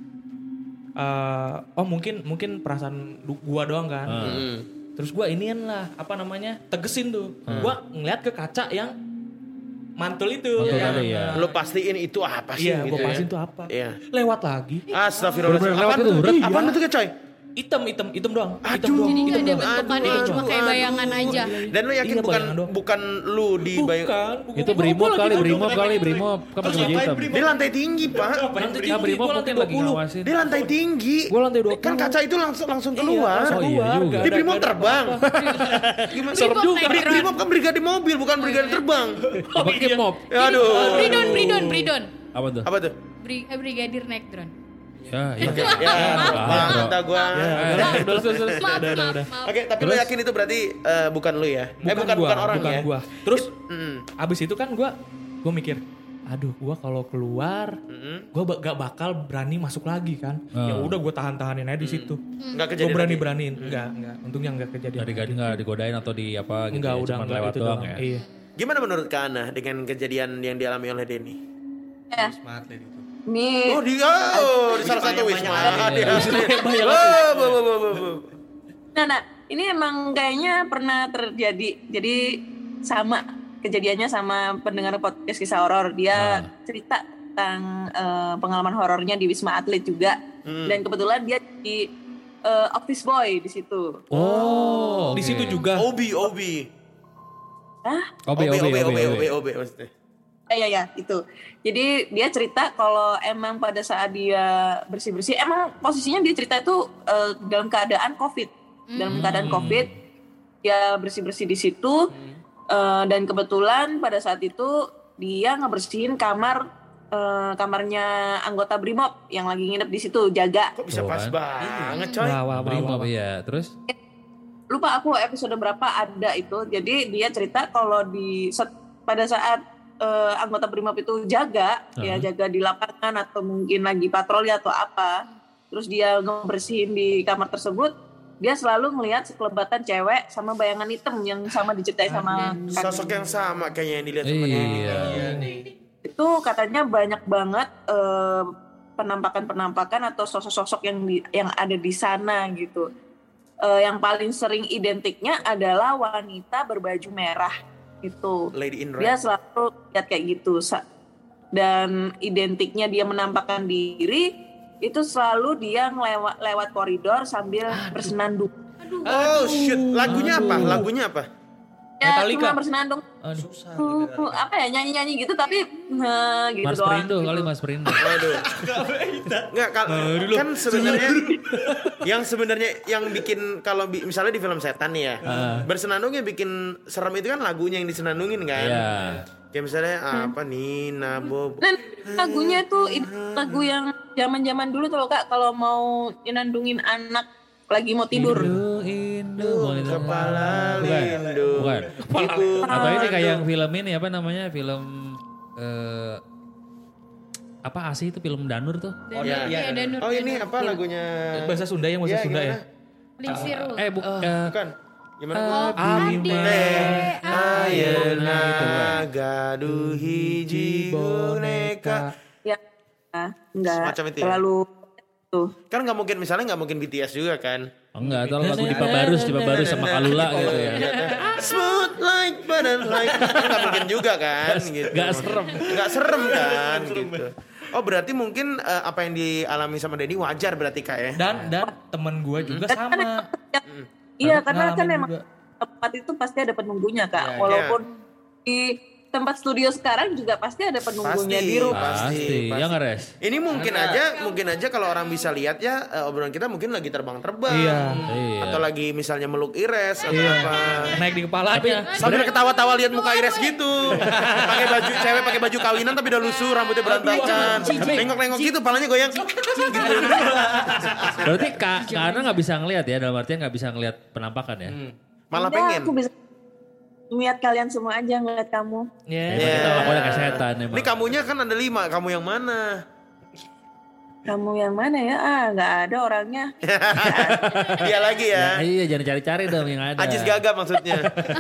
[SPEAKER 1] eh, oh mungkin mungkin perasaan du- gua doang kan.
[SPEAKER 7] Hmm.
[SPEAKER 1] Terus gua inian lah apa namanya? Tegesin tuh. Gua ngeliat ke kaca yang mantul itu.
[SPEAKER 5] Mantul
[SPEAKER 1] yang,
[SPEAKER 5] tadi ya.
[SPEAKER 1] eh,
[SPEAKER 7] Lo pastiin itu apa sih?
[SPEAKER 1] Iya,
[SPEAKER 7] gitu
[SPEAKER 1] gua
[SPEAKER 7] ya?
[SPEAKER 1] pastiin tuh apa.
[SPEAKER 7] Iya.
[SPEAKER 1] Lewat lagi.
[SPEAKER 7] Astagfirullahaladzim.
[SPEAKER 5] Bener-bener lewat
[SPEAKER 7] Apaan
[SPEAKER 5] itu,
[SPEAKER 7] tuh?
[SPEAKER 5] berat.
[SPEAKER 7] Apaan itu kayak coy?
[SPEAKER 1] Hitam, hitam, hitam doang. Hitam
[SPEAKER 7] Aduh.
[SPEAKER 1] doang.
[SPEAKER 6] Jadi
[SPEAKER 1] hitam
[SPEAKER 6] nggak ada
[SPEAKER 1] doang.
[SPEAKER 6] bentukannya,
[SPEAKER 7] Aduh,
[SPEAKER 6] cuma kayak
[SPEAKER 7] aduh,
[SPEAKER 6] bayangan aja.
[SPEAKER 7] Dan lo yakin
[SPEAKER 1] Iya,
[SPEAKER 7] bukan
[SPEAKER 1] bayangan doang.
[SPEAKER 7] bukan lu di bayang...
[SPEAKER 1] Bukan, bukan.
[SPEAKER 5] itu
[SPEAKER 1] Gua
[SPEAKER 5] brimob
[SPEAKER 1] lagi
[SPEAKER 5] kali,
[SPEAKER 1] duduk,
[SPEAKER 5] brimob
[SPEAKER 1] lagi
[SPEAKER 5] kali,
[SPEAKER 1] duduk.
[SPEAKER 5] brimob kan pakai baju hitam.
[SPEAKER 7] Di lantai tinggi, Pak.
[SPEAKER 1] Lantai
[SPEAKER 5] Ya
[SPEAKER 1] tinggi,
[SPEAKER 5] brimob
[SPEAKER 1] gua
[SPEAKER 5] mungkin
[SPEAKER 1] lantai
[SPEAKER 5] lagi
[SPEAKER 1] dua puluh.
[SPEAKER 5] ngawasin.
[SPEAKER 7] Di lantai tinggi.
[SPEAKER 1] Gua lantai dua puluh.
[SPEAKER 7] Kan kaca itu langsung langsung
[SPEAKER 1] Iya,
[SPEAKER 7] keluar.
[SPEAKER 1] langsung
[SPEAKER 5] Oh, iya
[SPEAKER 1] keluar.
[SPEAKER 5] juga.
[SPEAKER 1] Nggak
[SPEAKER 7] Di
[SPEAKER 1] ada-
[SPEAKER 7] brimob
[SPEAKER 1] nggak ada
[SPEAKER 7] terbang.
[SPEAKER 1] apa-apa.
[SPEAKER 7] Gimana?
[SPEAKER 6] Brimob
[SPEAKER 7] Brimob
[SPEAKER 6] naik
[SPEAKER 7] Bri-
[SPEAKER 6] drone.
[SPEAKER 7] brimob kan brigade mobil, bukan brigade terbang.
[SPEAKER 5] Pakai mob.
[SPEAKER 7] Aduh.
[SPEAKER 6] Bridon, Bridon, Bridon.
[SPEAKER 5] Apa tuh?
[SPEAKER 7] Apa tuh?
[SPEAKER 6] Bri, eh, brigadir naik drone.
[SPEAKER 5] Ya, iya.
[SPEAKER 7] Ya,
[SPEAKER 5] Bahaya, bro.
[SPEAKER 7] mantap gua.
[SPEAKER 1] Udah, udah, udah, udah,
[SPEAKER 6] Maaf,
[SPEAKER 1] udah, udah,
[SPEAKER 6] maaf,
[SPEAKER 1] udah.
[SPEAKER 6] maaf.
[SPEAKER 7] Oke, tapi lo yakin itu berarti eh, bukan lu ya? eh bukan
[SPEAKER 1] gua,
[SPEAKER 7] bukan orang
[SPEAKER 1] bukan
[SPEAKER 7] ya?
[SPEAKER 1] gua. Terus
[SPEAKER 7] Mm.
[SPEAKER 1] abis itu kan gua gua mikir, aduh gua kalau keluar, gua ba- gak bakal berani masuk lagi kan. Ya udah gua tahan-tahanin aja di situ.
[SPEAKER 7] Enggak
[SPEAKER 1] Gua
[SPEAKER 7] kejadian.
[SPEAKER 1] berani
[SPEAKER 7] lagi?
[SPEAKER 1] beraniin. Enggak, enggak. Untungnya enggak kejadian.
[SPEAKER 5] Dari gadi nggak digodain atau di apa gitu.
[SPEAKER 1] Enggak,
[SPEAKER 5] ya,
[SPEAKER 1] udah
[SPEAKER 5] cuman
[SPEAKER 1] enggak
[SPEAKER 5] lewat
[SPEAKER 1] itu
[SPEAKER 5] doang
[SPEAKER 1] doang.
[SPEAKER 5] ya.
[SPEAKER 1] Iya.
[SPEAKER 7] Gimana menurut Kak Ana dengan kejadian yang dialami oleh Denny?
[SPEAKER 4] Ya,
[SPEAKER 8] Smart lady itu.
[SPEAKER 4] ini
[SPEAKER 7] Oh dia, oh, di salah satu wisma. Dia.
[SPEAKER 1] banyak
[SPEAKER 7] Oh, bo, bo, bo, bo, bo.
[SPEAKER 4] Nah, nah, ini emang kayaknya pernah terjadi. Jadi sama kejadiannya sama pendengar podcast kisah horor. Dia cerita tentang eh, pengalaman horornya di Wisma Atlet juga. Dan kebetulan dia di eh, office boy di situ.
[SPEAKER 1] Oh, di
[SPEAKER 5] oke.
[SPEAKER 1] situ juga.
[SPEAKER 7] Obi, Obi.
[SPEAKER 4] Hah?
[SPEAKER 5] Obe, obe, obe,
[SPEAKER 7] Obi,
[SPEAKER 5] obe.
[SPEAKER 7] Obi, Obi, maksudnya.
[SPEAKER 4] Ya ya ya itu. Jadi dia cerita kalau emang pada saat dia bersih-bersih, emang posisinya dia cerita itu uh, dalam keadaan COVID, dalam keadaan COVID dia bersih-bersih di situ uh, dan kebetulan pada saat itu dia ngebersihin kamar uh, kamarnya anggota Brimob yang lagi nginep di situ jaga.
[SPEAKER 7] Kok bisa
[SPEAKER 5] Tuh
[SPEAKER 7] pas
[SPEAKER 5] kan.
[SPEAKER 7] banget coy.
[SPEAKER 1] Wah, wah, wah,
[SPEAKER 5] Brimob,
[SPEAKER 1] wah, wah.
[SPEAKER 5] iya. Terus?
[SPEAKER 4] Lupa aku episode berapa ada itu. Jadi dia cerita kalau di set, pada saat uh, anggota Brimob itu jaga,
[SPEAKER 5] Uh-huh.
[SPEAKER 4] ya jaga di lapangan atau mungkin lagi patroli atau apa, terus dia ngebersihin di kamar tersebut, dia selalu melihat sekelebatan cewek sama bayangan hitam yang sama diceritain sama
[SPEAKER 7] Sosok yang sama kayaknya yang dilihat sama dia.
[SPEAKER 5] Iya.
[SPEAKER 4] itu katanya banyak banget eh, penampakan-penampakan atau sosok-sosok yang di, yang ada di sana gitu. Eh, yang paling sering identiknya adalah wanita berbaju merah itu.
[SPEAKER 7] Lady in
[SPEAKER 4] Dia
[SPEAKER 7] Red.
[SPEAKER 4] selalu lihat kayak gitu. Sa- Dan identiknya dia menampakkan diri itu selalu dia ngelewat lewat koridor sambil bersenandung.
[SPEAKER 7] Oh shit, lagunya apa? Lagunya apa?
[SPEAKER 4] Ya
[SPEAKER 1] Metallica.
[SPEAKER 4] cuma bersenandung.
[SPEAKER 8] Susah.
[SPEAKER 4] Uh, apa ya nyanyi-nyanyi gitu tapi uh, gitu
[SPEAKER 5] Mars
[SPEAKER 4] doang.
[SPEAKER 5] Perindo
[SPEAKER 4] gitu.
[SPEAKER 5] kali Mas Perindo.
[SPEAKER 7] Waduh. Enggak kal- kan sebenarnya yang sebenarnya yang bikin kalau bi- misalnya di film setan nih ya. Bersenandung yang bikin serem itu kan lagunya yang disenandungin kan.
[SPEAKER 5] Iya.
[SPEAKER 7] Kayak misalnya apa Nina Bob.
[SPEAKER 4] Dan lagunya tuh ini lagu yang zaman-zaman dulu tuh Kak kalau mau nandungin anak lagi mau tidur.
[SPEAKER 5] Indo, Indo, mau itu.
[SPEAKER 7] Kepala
[SPEAKER 5] Bukan.
[SPEAKER 7] lindu.
[SPEAKER 5] Bukan.
[SPEAKER 7] Ibu
[SPEAKER 5] Atau ini kayak yang film ini apa namanya? Film eh apa Asi itu film Danur tuh?
[SPEAKER 6] Dan
[SPEAKER 7] iya.
[SPEAKER 6] iya, Danur,
[SPEAKER 7] Oh ini
[SPEAKER 6] Danur.
[SPEAKER 7] apa lagunya?
[SPEAKER 1] Bahasa Sunda yang bahasa
[SPEAKER 7] Iya,
[SPEAKER 1] Sunda
[SPEAKER 7] gimana?
[SPEAKER 1] ya.
[SPEAKER 6] Lingsir lu.
[SPEAKER 5] Eh bu, eh,
[SPEAKER 7] Bukan. Gimana?
[SPEAKER 6] Oh,
[SPEAKER 5] Abdi
[SPEAKER 7] Eh, ayeuna
[SPEAKER 5] Gitu, Bang.
[SPEAKER 7] gaduh hiji boneka.
[SPEAKER 4] Ya enggak
[SPEAKER 7] Semacam itu ya?
[SPEAKER 4] terlalu tuh.
[SPEAKER 7] Kan nggak mungkin misalnya nggak mungkin B T S juga kan?
[SPEAKER 5] oh enggak, atau lagu Dipa Barus, Dipa Barus sama Kalula gitu ya.
[SPEAKER 7] Smooth like butterfly. Nggak mungkin juga kan? Gitu.
[SPEAKER 5] Nggak serem.
[SPEAKER 7] Nggak serem kan? Gitu. Oh berarti mungkin eh, apa yang dialami sama Denny wajar berarti kak ya?
[SPEAKER 1] Dan dan teman gue juga sama.
[SPEAKER 4] Iya karena kan
[SPEAKER 1] Ngalamin
[SPEAKER 4] emang
[SPEAKER 1] juga.
[SPEAKER 4] tempat itu pasti ada penunggunya Kak.
[SPEAKER 7] Iya,
[SPEAKER 4] Walaupun di tempat studio sekarang juga pasti ada penunggunya
[SPEAKER 7] Pasti.
[SPEAKER 4] di rumah.
[SPEAKER 5] Pasti,
[SPEAKER 7] Pasti.
[SPEAKER 5] ya nggak Res?
[SPEAKER 7] Ini mungkin aja, mungkin aja kalau orang bisa lihat ya eh, obrolan kita mungkin lagi terbang-terbang.
[SPEAKER 1] Iya.
[SPEAKER 5] Iya.
[SPEAKER 7] Atau lagi misalnya meluk Ires atau
[SPEAKER 1] Iya.
[SPEAKER 7] apa.
[SPEAKER 1] Naik di kepalanya.
[SPEAKER 7] Sambil ketawa-tawa lihat muka Ires gitu. Pakai baju cewek pakai baju kawinan tapi udah lusuh, rambutnya berantakan. Nengok-nengok gitu, palanya goyang. Gitu.
[SPEAKER 5] Berarti Kak, Kak Ana nggak bisa ngelihat ya, dalam artian nggak bisa ngelihat penampakan ya?
[SPEAKER 7] Malah
[SPEAKER 4] Ya,
[SPEAKER 7] pengen.
[SPEAKER 4] aku bisa ngeliat kalian semua aja ngeliat kamu.
[SPEAKER 1] Ya.
[SPEAKER 5] Emang kita lakukan kayak setan emang.
[SPEAKER 7] Ini kamunya kan ada lima, kamu yang mana?
[SPEAKER 4] Kamu yang mana ya? Ah, nggak ada orangnya.
[SPEAKER 7] Dia lagi
[SPEAKER 5] Ya,
[SPEAKER 7] ya.
[SPEAKER 5] iya, jangan cari-cari dong yang ada.
[SPEAKER 7] Ajis gagap maksudnya.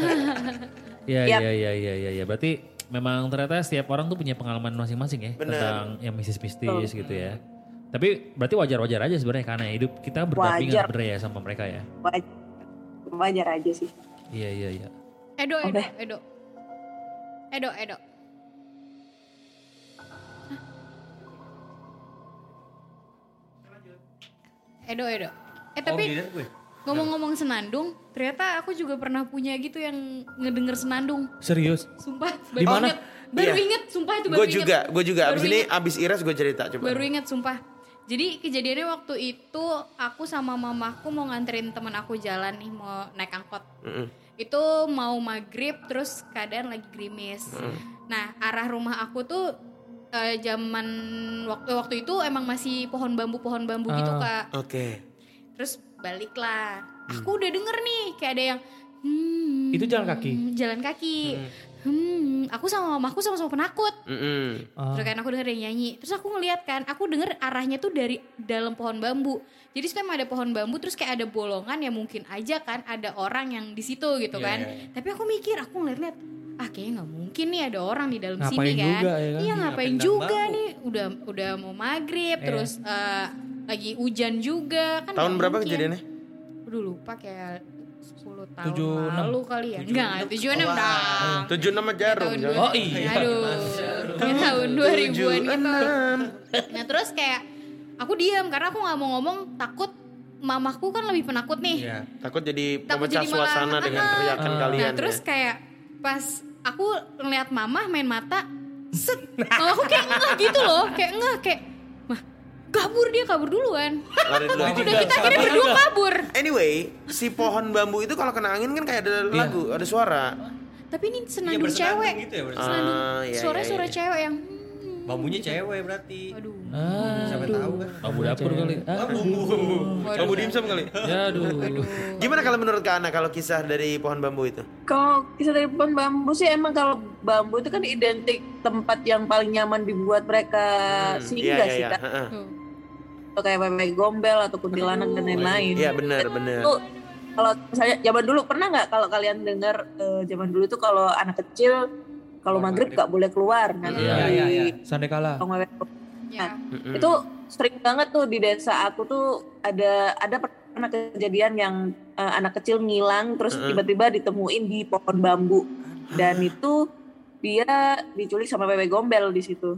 [SPEAKER 5] Iya,
[SPEAKER 4] Yap.
[SPEAKER 5] iya, iya, iya, iya, iya. Berarti memang ternyata setiap orang tuh punya pengalaman masing-masing ya
[SPEAKER 7] Bener.
[SPEAKER 5] tentang yang mistis-mistis gitu ya. Tapi berarti wajar-wajar aja sebenarnya karena hidup kita berdampingan
[SPEAKER 4] Wajar.
[SPEAKER 5] sebenarnya ya sama mereka ya.
[SPEAKER 4] Wajar, wajar aja sih.
[SPEAKER 5] Iya, iya, iya.
[SPEAKER 6] Edo, Edo,
[SPEAKER 4] Oke.
[SPEAKER 6] Edo. Edo, Edo. Edo, Edo. Eh tapi
[SPEAKER 8] Oh, giliran gue.
[SPEAKER 6] ngomong-ngomong senandung, ternyata aku juga pernah punya gitu yang ngedenger senandung.
[SPEAKER 1] Serius?
[SPEAKER 6] Sumpah,
[SPEAKER 1] Di
[SPEAKER 6] baru
[SPEAKER 1] mana?
[SPEAKER 6] inget. Baru
[SPEAKER 7] Iya.
[SPEAKER 6] inget, sumpah itu baru
[SPEAKER 7] Gue
[SPEAKER 6] inget.
[SPEAKER 7] juga, gue juga. Abis
[SPEAKER 6] Baru
[SPEAKER 7] ini,
[SPEAKER 6] inget.
[SPEAKER 7] abis Ires gue cerita coba.
[SPEAKER 6] Baru inget sumpah. Jadi kejadiannya waktu itu aku sama mamaku mau nganterin temen aku jalan nih mau naik angkot.
[SPEAKER 7] Mm-mm.
[SPEAKER 6] Itu mau maghrib terus keadaan lagi gerimis. Nah arah rumah aku tuh eh, zaman waktu waktu itu emang masih pohon bambu pohon bambu gitu kak.
[SPEAKER 7] Oke.
[SPEAKER 6] Terus baliklah. Aku udah denger nih kayak ada yang hmm,
[SPEAKER 1] Itu jalan kaki?
[SPEAKER 6] jalan kaki. Hmm, aku sama mamaku sama-sama penakut.
[SPEAKER 7] Mm-mm.
[SPEAKER 6] Terus kan aku denger dia nyanyi. Terus aku ngeliat kan, aku denger arahnya tuh dari dalam pohon bambu. Jadi setelah ada pohon bambu terus kayak ada bolongan ya mungkin aja kan ada orang yang di situ gitu
[SPEAKER 1] Iya,
[SPEAKER 6] kan.
[SPEAKER 1] iya, iya.
[SPEAKER 6] Tapi aku mikir, aku ngeliat-liat, ah kayaknya nggak mungkin nih ada orang di dalam
[SPEAKER 1] Ngapain
[SPEAKER 6] sini kan.
[SPEAKER 1] juga ya kan?
[SPEAKER 6] Iya ngapain
[SPEAKER 8] Ngapain
[SPEAKER 6] juga
[SPEAKER 8] dalam bambu?
[SPEAKER 6] nih. Udah udah mau maghrib
[SPEAKER 1] Iya.
[SPEAKER 6] terus eh, lagi hujan juga kan.
[SPEAKER 7] Tahun
[SPEAKER 6] nggak
[SPEAKER 7] berapa
[SPEAKER 6] mungkin.
[SPEAKER 7] kejadiannya?
[SPEAKER 6] Aduh lupa kayak sepuluh tahun
[SPEAKER 1] tujuh enam.
[SPEAKER 6] lalu kali ya. Enggak, enggak tujuh enam dong.
[SPEAKER 7] Tujuh nama jarum.
[SPEAKER 6] Tahun
[SPEAKER 7] jangan.
[SPEAKER 6] dua-
[SPEAKER 1] Oh, iya.
[SPEAKER 6] Aduh. Kayak tahun dua ribuan gitu.
[SPEAKER 7] enam.
[SPEAKER 6] Nah terus kayak aku diam karena aku nggak mau ngomong takut mamaku kan lebih penakut nih.
[SPEAKER 8] Iya.
[SPEAKER 7] Takut jadi
[SPEAKER 6] Takut
[SPEAKER 7] pemecah
[SPEAKER 6] jadi malah-
[SPEAKER 7] suasana dengan
[SPEAKER 6] Ah.
[SPEAKER 7] teriakan
[SPEAKER 1] Ah.
[SPEAKER 7] kalian.
[SPEAKER 6] Nah terus
[SPEAKER 7] ya.
[SPEAKER 6] kayak pas aku ngeliat mama main mata set. Mama aku kayak ngeh gitu loh, kayak ngeh kayak mah kabur dia kabur duluan.
[SPEAKER 7] Lari dulu.
[SPEAKER 6] Udah kita akhirnya berdua kabur.
[SPEAKER 7] Anyway, si pohon bambu itu kalau kena angin kan kayak ada lagu, ada suara.
[SPEAKER 6] Tapi ini
[SPEAKER 8] Iya
[SPEAKER 6] senandung
[SPEAKER 8] bersenandung
[SPEAKER 6] cewek.
[SPEAKER 8] gitu ya berarti.
[SPEAKER 6] Senandung.
[SPEAKER 7] Ah, iya,
[SPEAKER 6] Suara
[SPEAKER 7] iya,
[SPEAKER 6] suara
[SPEAKER 7] iya.
[SPEAKER 6] cewek yang
[SPEAKER 8] Bambunya cewek berarti.
[SPEAKER 6] aduh.
[SPEAKER 5] Ah,
[SPEAKER 8] Siapa tahu kan.
[SPEAKER 5] bambu dapur kali. Ah,
[SPEAKER 8] Oh, bumbu.
[SPEAKER 7] Bambu dimsum kali.
[SPEAKER 5] ya aduh.
[SPEAKER 7] Gimana kalau menurut Kak Ana kalau kisah dari pohon bambu itu?
[SPEAKER 4] Kalau kisah dari pohon bambu sih emang kalau bambu itu kan identik tempat yang paling nyaman dibuat mereka singgah
[SPEAKER 7] iya,
[SPEAKER 4] sih
[SPEAKER 7] iya,
[SPEAKER 4] kan.
[SPEAKER 7] heeh.
[SPEAKER 6] Tuh.
[SPEAKER 4] Atau kayak wewe gombel atau kuntilanak dan lain-lain.
[SPEAKER 7] Iya benar benar.
[SPEAKER 4] Itu kalau misalnya zaman dulu pernah nggak kalau kalian dengar eh, zaman dulu tuh kalau anak kecil kalau maghrib nggak boleh keluar nanti
[SPEAKER 5] Iya,
[SPEAKER 8] iya, iya.
[SPEAKER 1] Sandekala.
[SPEAKER 4] wewe.
[SPEAKER 6] Ya.
[SPEAKER 7] Mm-mm.
[SPEAKER 4] Itu sering banget tuh di desa aku tuh ada ada pernah kejadian yang eh, anak kecil ngilang terus tiba-tiba ditemuin di pohon bambu dan itu dia diculik sama wewe gombel di situ.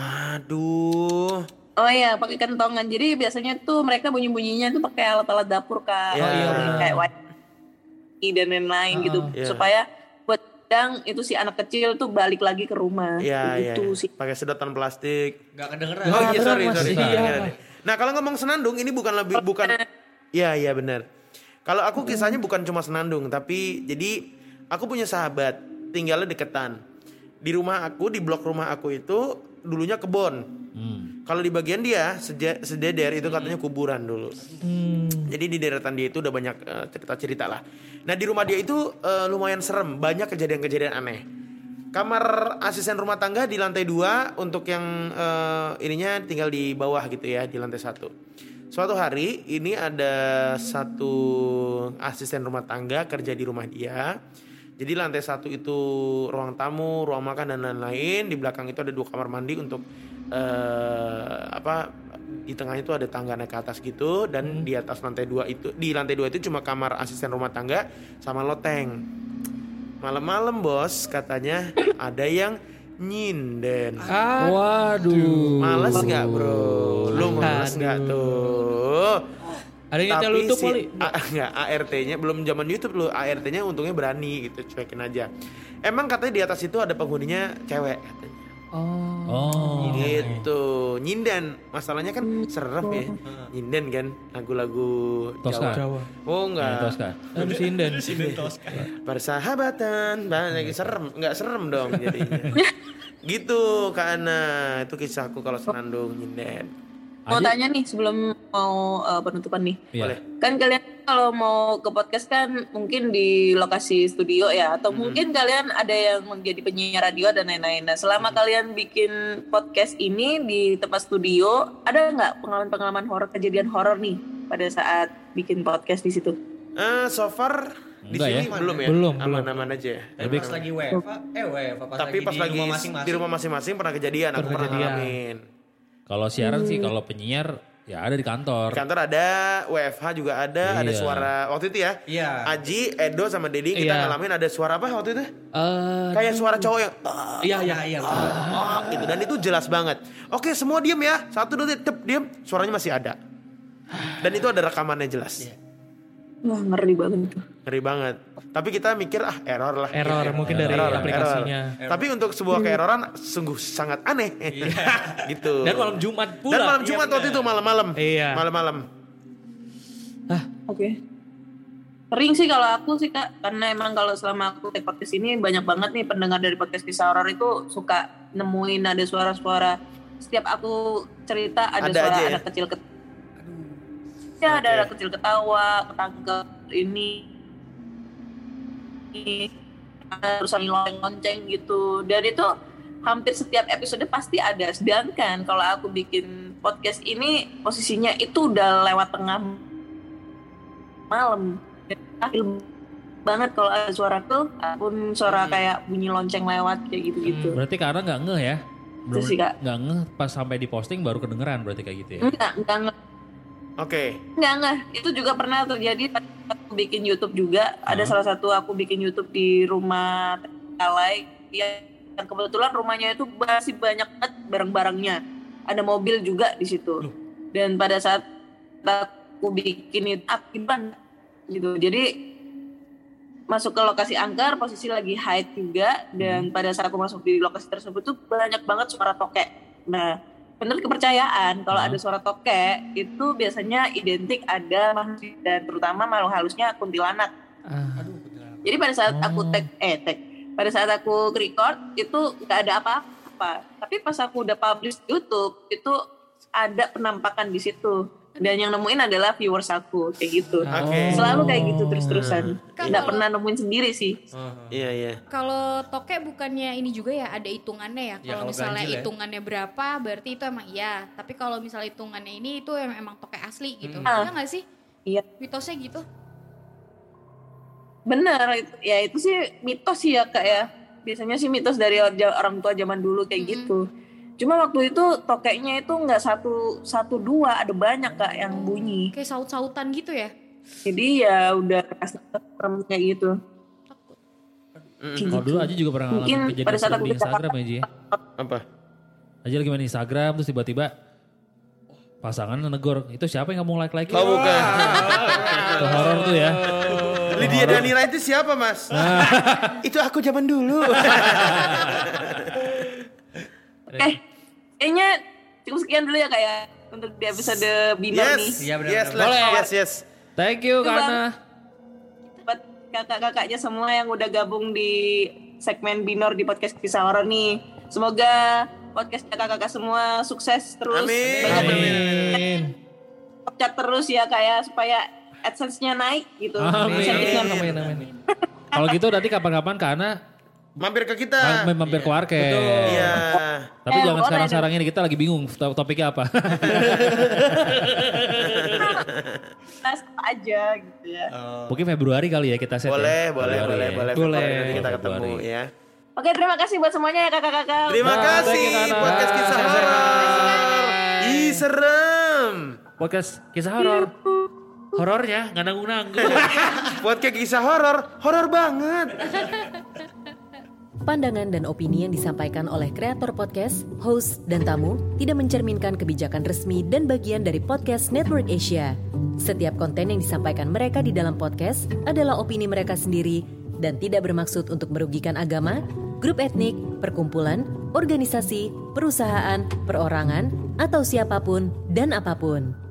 [SPEAKER 7] Waduh.
[SPEAKER 4] Oh iya, pakai kentongan. Jadi biasanya tuh mereka bunyi-bunyinya tuh pakai alat-alat dapur kak,
[SPEAKER 7] Iya,
[SPEAKER 4] Jadi
[SPEAKER 7] iya.
[SPEAKER 4] kayak wifi dan lain-lain gitu,
[SPEAKER 7] Iya.
[SPEAKER 4] supaya buat kadang itu si anak kecil tuh balik lagi ke rumah.
[SPEAKER 7] Iya iya.
[SPEAKER 4] Itu sih.
[SPEAKER 7] Pakai sedotan plastik.
[SPEAKER 8] Gak kedengeran.
[SPEAKER 7] Oh iya sorry
[SPEAKER 5] Mas.
[SPEAKER 7] sorry.
[SPEAKER 5] Iya.
[SPEAKER 7] Nah kalau ngomong senandung ini bukan lebih bukan. Iya iya benar. Kalau aku kisahnya bukan cuma senandung tapi jadi aku punya sahabat tinggalnya deketan. Di rumah aku di blok rumah aku itu dulunya kebon.
[SPEAKER 5] Hmm.
[SPEAKER 7] Kalau di bagian dia seja- sededer itu katanya kuburan dulu. Jadi di deretan dia itu udah banyak eh, cerita-cerita lah. Nah di rumah dia itu eh, lumayan serem, banyak kejadian-kejadian aneh. Kamar asisten rumah tangga di lantai dua untuk yang eh, ininya tinggal di bawah gitu ya di lantai satu. Suatu hari ini ada satu asisten rumah tangga kerja di rumah dia. Jadi lantai satu itu ruang tamu, ruang makan dan lain-lain. Di belakang itu ada dua kamar mandi untuk eh, apa? Di tengah itu ada tangga naik ke atas gitu. Dan di atas lantai dua itu, di lantai dua itu cuma kamar asisten rumah tangga sama loteng. Malam-malam bos katanya ada yang nyinden.
[SPEAKER 5] Waduh.
[SPEAKER 7] Males nggak bro? Lu males nggak tuh?
[SPEAKER 1] Ada yang nyetel YouTube kali.
[SPEAKER 7] A, enggak, A R T-nya belum zaman YouTube lu. A R T-nya untungnya berani gitu, cuekin aja. Emang katanya di atas itu ada penghuninya cewek katanya.
[SPEAKER 5] Oh.
[SPEAKER 7] Gitu. Nyinden. Masalahnya kan serem ya. Nyinden kan lagu-lagu
[SPEAKER 5] Tosca.
[SPEAKER 7] Jawa. Oh enggak.
[SPEAKER 5] Ya, Tosca.
[SPEAKER 1] Aduh sinden.
[SPEAKER 7] Persahabatan, lagi serem, enggak serem dong jadinya. Gitu Kak Ana, itu kisahku kalau senandung nyinden.
[SPEAKER 4] Mau
[SPEAKER 5] Aji-
[SPEAKER 4] tanya nih sebelum mau uh, penutupan nih.
[SPEAKER 5] Iya.
[SPEAKER 7] Boleh.
[SPEAKER 4] Kan kalian kalau mau ke podcast kan mungkin di lokasi studio ya atau mungkin kalian ada yang menjadi penyiar radio dan lain-lain. Nah, selama kalian bikin podcast ini di tempat studio, ada nggak pengalaman-pengalaman horor, kejadian horor nih pada saat bikin podcast di situ?
[SPEAKER 7] Eh, so far di
[SPEAKER 5] Enggak
[SPEAKER 7] sini
[SPEAKER 5] ya?
[SPEAKER 7] belum ya.
[SPEAKER 1] Belum,
[SPEAKER 7] Aman-aman aja.
[SPEAKER 8] Tapi pas lagi W F A, eh W F A pas
[SPEAKER 7] Tapi
[SPEAKER 8] lagi
[SPEAKER 7] pas
[SPEAKER 8] di
[SPEAKER 7] lagi
[SPEAKER 8] rumah masing-masing.
[SPEAKER 7] di rumah masing-masing pernah kejadian, aku
[SPEAKER 1] Pernah
[SPEAKER 7] pernah
[SPEAKER 1] kejadian.
[SPEAKER 7] ngalamin.
[SPEAKER 5] Kalau siaran sih, kalau penyiar ya ada di kantor.
[SPEAKER 7] Di kantor ada, W F H juga ada, ada
[SPEAKER 5] Iya.
[SPEAKER 7] suara waktu itu ya.
[SPEAKER 8] Iya.
[SPEAKER 7] Aji, Edo sama Dedi kita
[SPEAKER 1] Iya.
[SPEAKER 7] ngalamin ada suara apa waktu itu?
[SPEAKER 1] Eh,
[SPEAKER 7] Kayak suara cowok yang ah,
[SPEAKER 8] Iya iya iya.
[SPEAKER 7] ah, gitu dan itu jelas banget. Oke, semua diem ya. Satu dua tiga, diem. Suaranya masih ada. Dan itu ada rekamannya jelas.
[SPEAKER 4] Wah, ngeri banget tuh.
[SPEAKER 7] Ngeri banget. Tapi kita mikir ah error lah.
[SPEAKER 1] error mungkin dari
[SPEAKER 7] Error,
[SPEAKER 1] aplikasinya.
[SPEAKER 7] error. Tapi untuk sebuah keeroran sungguh sangat aneh. gitu.
[SPEAKER 1] Dan malam Jumat pula.
[SPEAKER 7] Dan malam Jumat waktu itu malam-malam.
[SPEAKER 1] Iya.
[SPEAKER 7] Malam-malam.
[SPEAKER 4] Oke. Sering sih kalau aku sih Kak, karena emang kalau selama aku take podcast ini banyak banget nih pendengar dari podcast kisah horor itu suka nemuin ada suara-suara. Setiap aku cerita ada,
[SPEAKER 7] Ada
[SPEAKER 4] suara
[SPEAKER 7] aja ya?
[SPEAKER 4] anak kecil ketawa. Ya ada anak kecil ketawa, ketangkep ini. Ini terus sambil lonceng gitu. Dan itu hampir setiap episode pasti ada. Sedangkan kalau aku bikin podcast ini posisinya itu udah lewat tengah malam. Akil banget kalau ada suara tuh, pun suara kayak bunyi lonceng lewat kayak gitu-gitu.
[SPEAKER 5] Berarti karena nggak ngeh ya?
[SPEAKER 4] Itu sih, Kak.
[SPEAKER 5] Nggak ngeh pas sampai di posting baru kedengeran berarti kayak gitu ya?
[SPEAKER 4] Enggak, enggak, enggak,
[SPEAKER 7] Oke.
[SPEAKER 4] enggak, enggak. Itu juga pernah terjadi pas aku bikin YouTube juga. Ada salah satu aku bikin YouTube di rumah Alay yang kebetulan rumahnya itu masih banyak banget barang-barangnya. Ada mobil juga di situ. Dan pada saat aku bikin itu akibat gitu. Jadi masuk ke lokasi angker, posisi lagi hide juga, dan pada saat aku masuk di lokasi tersebut tuh banyak banget suara tokek. Nah, menurut kepercayaan kalau ada suara tokek itu biasanya identik ada makhluk, dan terutama makhluk halusnya kuntilanak. Jadi pada saat aku tag, eh tag, pada saat aku record itu nggak ada apa-apa. Tapi pas aku udah publish di YouTube itu ada penampakan di situ. Dan yang nemuin adalah viewers aku kayak gitu.
[SPEAKER 7] Oke.
[SPEAKER 4] Selalu kayak gitu terus-terusan.
[SPEAKER 6] Kan
[SPEAKER 4] Nggak
[SPEAKER 6] kalau-
[SPEAKER 4] pernah nemuin sendiri sih.
[SPEAKER 7] Iya iya.
[SPEAKER 6] Kalau tokek bukannya ini juga ya ada hitungannya ya.
[SPEAKER 1] Ya,
[SPEAKER 6] Kalau
[SPEAKER 1] kalau
[SPEAKER 6] misalnya
[SPEAKER 1] ganjil ya.
[SPEAKER 6] hitungannya berapa berarti itu emang iya. Tapi kalau misalnya hitungannya ini itu em- emang tokek asli gitu.
[SPEAKER 4] Ah.
[SPEAKER 6] Iya nggak sih?
[SPEAKER 4] Iya.
[SPEAKER 6] Mitosnya gitu.
[SPEAKER 4] Bener, itu- ya itu sih mitos sih ya kak ya. Biasanya sih mitos dari or- orang tua zaman dulu kayak gitu. Cuma waktu itu tokeknya itu nggak satu satu dua, ada banyak kak yang bunyi.
[SPEAKER 6] Kayak saut-sautan gitu ya.
[SPEAKER 4] Jadi ya udah serem kayak gitu.
[SPEAKER 5] Kalau dulu Aji juga pernah ngalamin
[SPEAKER 4] Mungkin
[SPEAKER 5] kejadian
[SPEAKER 4] pada saat
[SPEAKER 5] serem
[SPEAKER 4] aku
[SPEAKER 5] di
[SPEAKER 4] ke
[SPEAKER 5] Instagram ya Ji.
[SPEAKER 7] Apa?
[SPEAKER 5] Aji lagi main Instagram terus tiba-tiba pasangan negor. Itu siapa yang ngomong like-like?
[SPEAKER 7] Oh bukan.
[SPEAKER 5] Itu horor tuh ya.
[SPEAKER 7] Lydia Danila itu siapa mas? Itu aku zaman dulu.
[SPEAKER 4] Eh, kayaknya cukup sekian dulu ya kak ya untuk di episode Binar nih.
[SPEAKER 7] Yes,
[SPEAKER 8] Iya, benar,
[SPEAKER 7] yes,
[SPEAKER 8] benar.
[SPEAKER 7] let's- yes, yes.
[SPEAKER 5] Thank you
[SPEAKER 4] Itu, Bang.
[SPEAKER 5] karena
[SPEAKER 4] Buat kakak-kakaknya semua yang udah gabung di segmen Binor di podcast Kisah Horor nih. Semoga podcast kakak-kakak semua sukses terus.
[SPEAKER 7] Amin.
[SPEAKER 4] Banyak
[SPEAKER 5] Amin.
[SPEAKER 4] berkat terus ya kak ya supaya AdSense-nya naik gitu.
[SPEAKER 5] Amin.
[SPEAKER 4] Insentifnya.
[SPEAKER 5] Amin. Amin. Kalau gitu nanti kapan-kapan karena
[SPEAKER 7] Mampir ke kita.
[SPEAKER 5] mampir ke Warkes.
[SPEAKER 7] Iya.
[SPEAKER 5] Tapi
[SPEAKER 4] Eh,
[SPEAKER 5] jangan
[SPEAKER 4] boleh
[SPEAKER 5] sekarang-sekarang ini kita lagi bingung to- topiknya apa.
[SPEAKER 4] Kita apa aja gitu ya.
[SPEAKER 5] Mungkin Februari kali ya kita set
[SPEAKER 7] Boleh,
[SPEAKER 5] ya.
[SPEAKER 7] boleh,
[SPEAKER 5] Februari
[SPEAKER 7] boleh,
[SPEAKER 5] ya.
[SPEAKER 7] boleh.
[SPEAKER 1] Boleh.
[SPEAKER 7] Februari nanti kita ketemu
[SPEAKER 5] Februari.
[SPEAKER 7] ya.
[SPEAKER 4] Oke, terima kasih buat semuanya ya kakak-kakak.
[SPEAKER 7] Terima
[SPEAKER 5] Bye.
[SPEAKER 7] kasih
[SPEAKER 5] Thank you, Kana.
[SPEAKER 7] podcast kisah
[SPEAKER 5] Bye.
[SPEAKER 7] horor. Ih serem.
[SPEAKER 5] Podcast kisah horor. Horornya nggak nanggung-nanggung.
[SPEAKER 7] Podcast kisah horor, horor banget.
[SPEAKER 9] Pandangan dan opini yang disampaikan oleh kreator podcast, host, dan tamu tidak mencerminkan kebijakan resmi dan bagian dari podcast Network Asia. Setiap konten yang disampaikan mereka di dalam podcast adalah opini mereka sendiri dan tidak bermaksud untuk merugikan agama, grup etnik, perkumpulan, organisasi, perusahaan, perorangan, atau siapapun dan apapun.